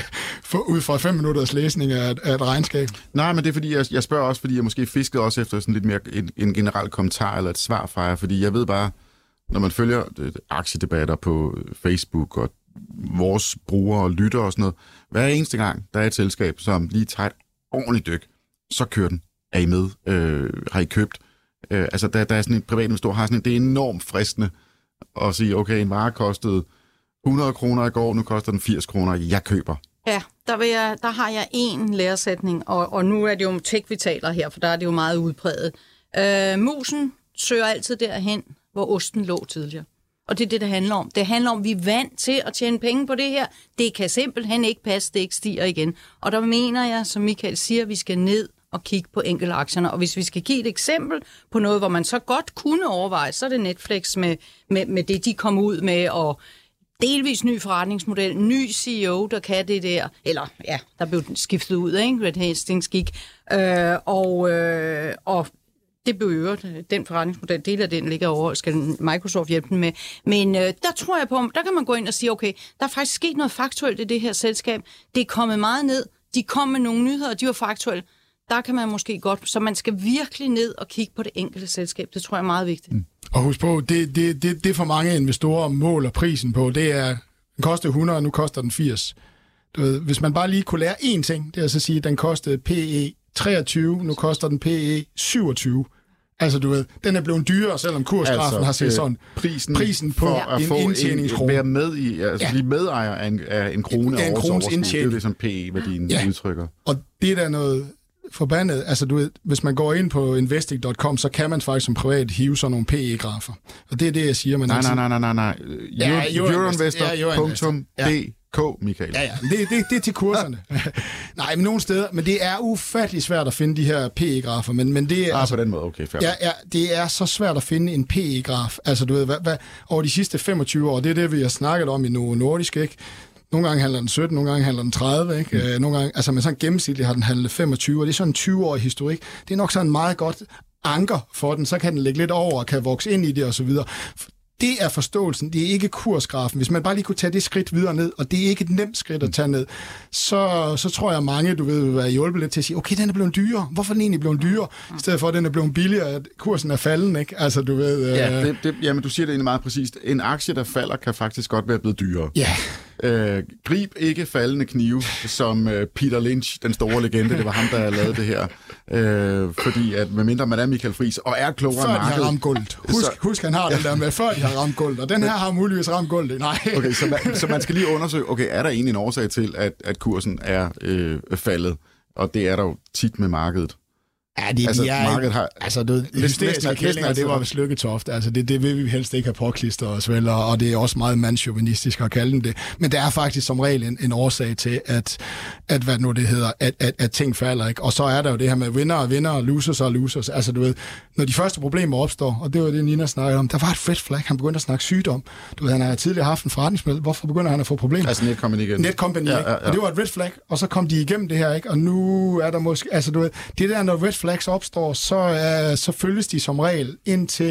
ud fra 5 minutters læsning af et regnskab. Nej, men det er fordi, jeg spørger også, fordi jeg måske fiskede også efter sådan lidt mere en generel kommentar eller et svar fra jer, fordi jeg ved bare, når man følger aktiedebatter på Facebook og vores brugere og lytter og sådan noget, hver eneste gang, der er et selskab, som lige tager et ordentligt dyk, så kører den. Er I med? Har I købt? Altså, der er sådan en privat investor, har sådan en, det er enormt fristende at sige, okay, en vare kostede 100 kroner i går, nu koster den 80 kroner, jeg køber. Ja, der har jeg en læresætning, og nu er det jo tech, vi taler her, for der er det jo meget udpræget. Musen søger altid derhen, hvor osten lå tidligere. Og det er det handler om. Det handler om, at vi er vant til at tjene penge på det her. Det kan simpelthen ikke passe, det ikke stiger igen. Og der mener jeg, som Michael siger, at vi skal ned og kigge på enkeltaktierne. Og hvis vi skal give et eksempel på noget, hvor man så godt kunne overveje, så er det Netflix med det, de kom ud med, og delvis ny forretningsmodel, ny CEO, der kan det der. Eller ja, der blev skiftet ud, ikke? Red Hastings gik. Og det blev øvrigt, den forretningsmodel, del af den ligger over, skal Microsoft hjælpe den med. Men der tror jeg på, der kan man gå ind og sige, okay, der er faktisk sket noget faktuelt i det her selskab. Det er kommet meget ned. De kom med nogle nyheder, de var faktuelle. Der kan man måske godt, så man skal virkelig ned og kigge på det enkelte selskab. Det tror jeg er meget vigtigt. Og husk på, det for mange investorer måler prisen på, det er, den koster 100, nu koster den 80. Du ved, hvis man bare lige kunne lære én ting, det er at så sige, at den kostede PE 23, nu koster den PE 27. Altså, du ved, den er blevet dyrere, selvom kursgrafen har set sådan. Prisen på at få være med i, altså blive medejer af en krone af års indtjening. Det er jo det, som PE-værdien udtrykker. Og det er da noget forbandet. Altså, du ved, hvis man går ind på investing.com, så kan man faktisk som privat hive sådan nogle PE-grafer. Og det er det, jeg siger. Man nej. Euroinvestor.dk, Michael. Ja, det er til kurserne. Nej, men nogle steder, men det er ufattelig svært at finde de her PE-grafer, men det er... på den måde, okay, fair. Ja, det er så svært at finde en PE-graf. Altså, du ved, hvad over de sidste 25 år, det er det, vi har snakket om i Novo Nordisk, ikke? Nogle gange handler den 17, nogle gange handler den 30, ikke? Nogle gange, altså, men sådan gennemsnitligt har den handlet 25, og det er sådan en 20-årig historik. Det er nok sådan meget godt anker for den, så kan den lægge lidt over og kan vokse ind i det, og så videre. Det er forståelsen, det er ikke kursgrafen. Hvis man bare lige kunne tage det skridt videre ned, og det er ikke et nemt skridt at tage ned, så tror jeg mange, du ved, vil være hjulpet lidt til at sige, okay, den er blevet dyrere. Hvorfor er den egentlig blevet dyrere? I stedet for, at den er blevet billigere, at kursen er falden, ikke? Altså, du ved... Jamen, du siger det egentlig meget præcist. En aktie, der falder, kan faktisk godt være blevet dyrere. Ja. Grib ikke faldende knive, som Peter Lynch, den store legende, det var ham, der lavede det her. Fordi at medmindre man er Michael Friis og er klogere end markedet... Før de har ramt guldet. Husk, han har den der med, før de har ramt guldet. Og den her har muligvis ramt guldet. Nej. Okay, så man skal lige undersøge, okay, er der egentlig en årsag til, at kursen er faldet? Og det er der jo tit med markedet. Ja, markedet har... Altså, det hysteriske kællinger, det var vist Lykketoft. Altså, det vil vi helst ikke have påklistret os, vel? Og det er også meget mandsjuvenistisk at kalde det. Men der er faktisk som regel en årsag til, at hvad nu det hedder, at ting falder, ikke? Og så er der jo det her med vinder, losers. Altså, du ved, når de første problemer opstår, og det var det, Nina snakkede om, der var et red flag, han begyndte at snakke sygdom. Du ved, han har tidligere haft en forretningsmodel. Hvorfor begynder han at få problemer? Altså Netcompany igen. Netcompany, ja. Og det var et red flag, og så kom de igennem det her, ikke? Og nu er der måske... Altså, du ved, det der, når red flags opstår, så følges de som regel indtil,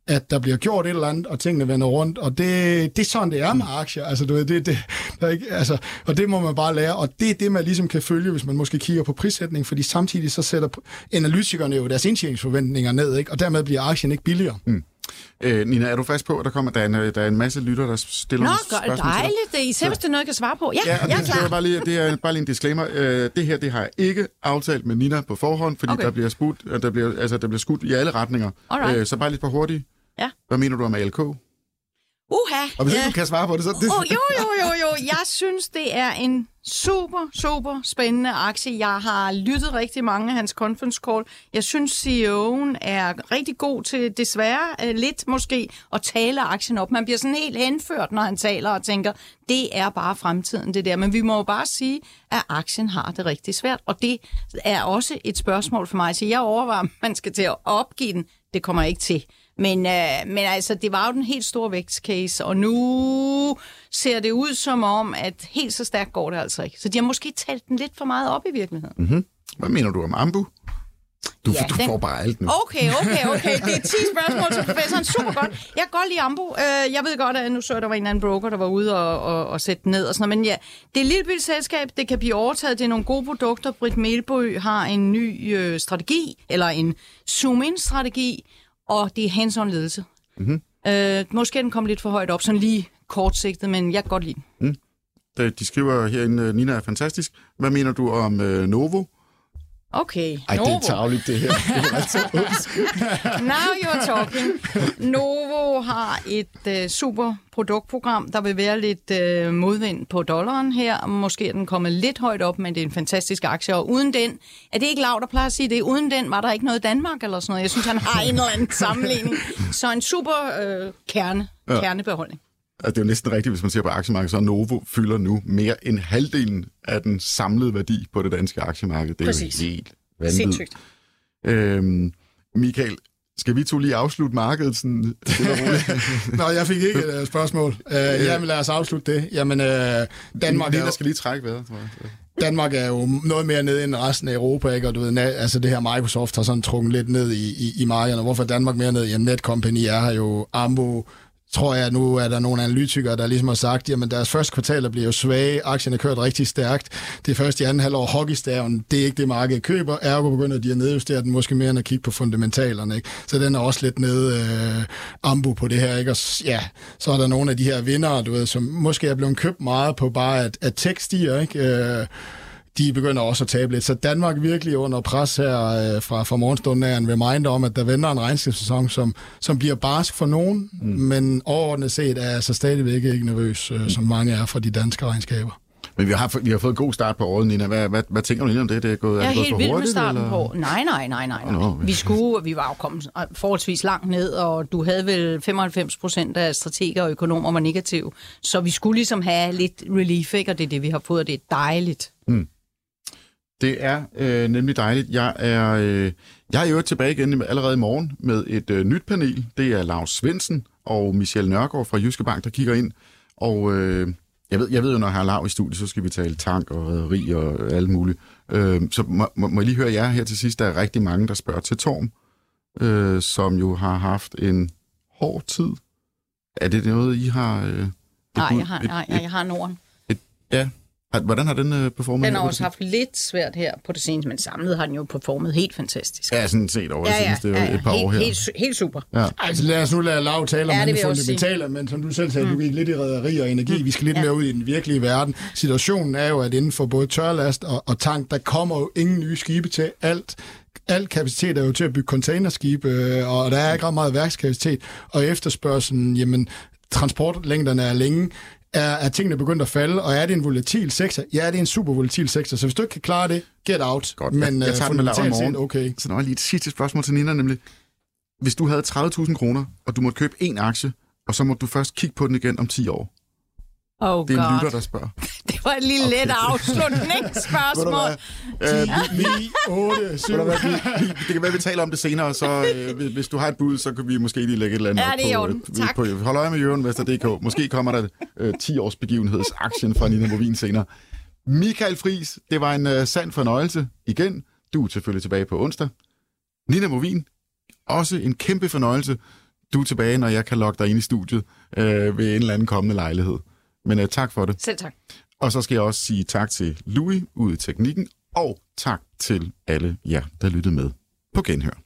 at der bliver gjort et eller andet, og tingene vender rundt, og det er sådan, det er med aktier. Altså, du ved, der er ikke, altså, og det må man bare lære, og det er det, man ligesom kan følge, hvis man måske kigger på prissætning, fordi samtidig så sætter analytikerne jo deres indtjeningsforventninger ned, ikke? Og dermed bliver aktien ikke billigere. Nina, er du fast på, at der er en masse lytter, der stiller spørgsmål til dig? Dejligt. Det er især, hvis det er noget, jeg kan svare på. Ja, jeg er klar. Det er bare lige en disclaimer. Det her, det har jeg ikke aftalt med Nina på forhånd, fordi der bliver skudt i alle retninger. Så bare lidt på hurtigt. Ja. Hvad mener du om ALK? Og hvis ikke du kan svare på det, så... Jo. Jeg synes, det er en super spændende aktie. Jeg har lyttet rigtig mange af hans conference call. Jeg synes, CEO'en er rigtig god til, desværre lidt måske, at tale aktien op. Man bliver sådan helt henført, når han taler og tænker, det er bare fremtiden, det der. Men vi må jo bare sige, at aktien har det rigtig svært. Og det er også et spørgsmål for mig. Så jeg overvejer, om man skal til at opgive den. Det kommer jeg ikke til. Men altså, det var jo den helt store vækstcase, og nu ser det ud som om, at helt så stærkt går det altså ikke. Så de har måske talt den lidt for meget op i virkeligheden. Mm-hmm. Hvad mener du om Ambu? Du får bare alt nu. Okay. Det er 10 spørgsmål til professoren. Super godt. Jeg kan godt lide Ambu. Jeg ved godt, at nu så der var en eller anden broker, der var ude og sætte den ned og sådan noget. Men ja, det er et lille selskab. Det kan blive overtaget. Det er nogle gode produkter. Britt Meelby har en ny strategi, eller en zoom-in-strategi, og det er hands-on ledelse. Mm-hmm. Måske den kommer lidt for højt op, sådan lige kortsigtet, men jeg kan godt lide den. De skriver herinde, Nina er fantastisk. Hvad mener du om Novo? Okay, Ej, Novo. det er tarveligt, det her. Now you're talking. Novo har et super produktprogram, der vil være lidt modvind på dollaren her. Måske er den kommet lidt højt op, men det er en fantastisk aktie. Og uden den, er det ikke Lav, der plejer at sige det? Uden den var der ikke noget i Danmark eller sådan noget. Jeg synes, han har en eller anden sammenligning. Så en super kernebeholdning. Altså, det er jo næsten rigtigt, hvis man ser på aktiemarkedet, så Novo fylder nu mere end halvdelen af den samlede værdi på det danske aktiemarked. Det er præcis. Jo helt vanvittigt. Michael, skal vi to lige afslutte markedet? Sådan, Nå, jeg fik ikke et spørgsmål. Jamen, lad os afslutte det. Jamen, Danmark der skal lige trække vejret, tror jeg. Danmark er jo noget mere nede end resten af Europa, ikke? Og du ved, altså det her Microsoft har sådan trukket lidt ned i markederne. Hvorfor er Danmark mere ned? Jamen, Netcompany er her jo, Ambo, tror jeg, nu er der nogle analytikere, der ligesom har sagt, jamen deres første kvartaler bliver jo svage, aktierne kørt rigtig stærkt, det er først i anden halvår hockeystaven, det er ikke det markedet køber, ergo begynder de at nedjustere den måske mere end at kigge på fundamentalerne, ikke? Så den er også lidt nede ambu på det her, ikke? Og ja, så er der nogle af de her vindere, du ved, som måske er blevet købt meget på bare, at tech stiger, ikke? De begynder også at tabe lidt. Så Danmark virkelig under pres her fra morgenstunden er en reminder om, at der venter en regnskabssæson, som bliver barsk for nogen, men overordnet set er jeg så stadigvæk ikke nervøs, som mange er for de danske regnskaber. Men vi har fået en god start på året, Nina. Hvad tænker du lige om det? Det er gået, jeg er gået helt for vild hurtigt, med starten eller? på. Nej. Vi var jo kommet forholdsvis langt ned, og du havde vel 95% af strateger og økonomer var negative. Så vi skulle ligesom have lidt relief, ikke? Og det er det, vi har fået, og det er dejligt. Det er nemlig dejligt. Jeg er jo tilbage igen allerede i morgen med et nyt panel. Det er Lars Svendsen og Michelle Nørgaard fra Jyske Bank, der kigger ind. Og jeg ved jo, når jeg har Lav i studiet, så skal vi tale tank og rederi og alt muligt. Så må jeg lige høre jer her til sidst. Der er rigtig mange, der spørger til Torm, som jo har haft en hård tid. Er det noget, I har... Jeg har Norden. Ja. Hvordan har den performet? Den har også haft lidt svært her på det seneste, men samlet har den jo performet helt fantastisk. Ja, sådan set over det seneste et par år her. Helt super. Ja. Altså lad os nu lade Lav tale om det fundamentale, men som du selv sagde, du gik lidt i rederi og energi. Vi skal lidt mere ud i den virkelige verden. Situationen er jo, at inden for både tørlast og tank, der kommer jo ingen nye skibe til alt kapacitet er jo til at bygge containerskibe, og der er ikke ret meget værkskapacitet, og efterspørgselen, jamen transportlængderne er længe. Er tingene begyndt at falde, og er det en volatil sektor? Ja, det er en super volatil sektor, så hvis du ikke kan klare det, get out. Godt. Men jeg tager den med Lav i morgen. Okay. Så der var lige et sidste spørgsmål til Nina, nemlig, hvis du havde 30.000 kroner, og du måtte købe en aktie, og så må du først kigge på den igen om 10 år. Det er en lytter, der spørger. Det var et lille let afslutningsspørgsmål. 9, 8, 7. Det kan være, vi taler om det senere, så hvis du har et bud, så kan vi måske lige lægge et eller andet på. Hold øje med euroinvestor.dk. Måske kommer der 10-års begivenhedsaktien fra Nina Movin senere. Michael Friis, det var en sand fornøjelse igen. Du er selvfølgelig tilbage på onsdag. Nina Movin, også en kæmpe fornøjelse. du er tilbage, når jeg kan logge dig ind i studiet ved en eller anden kommende lejlighed. Men tak for det. Selv tak. Og så skal jeg også sige tak til Louis ude i teknikken, og tak til alle jer, der lyttede med på Genhør.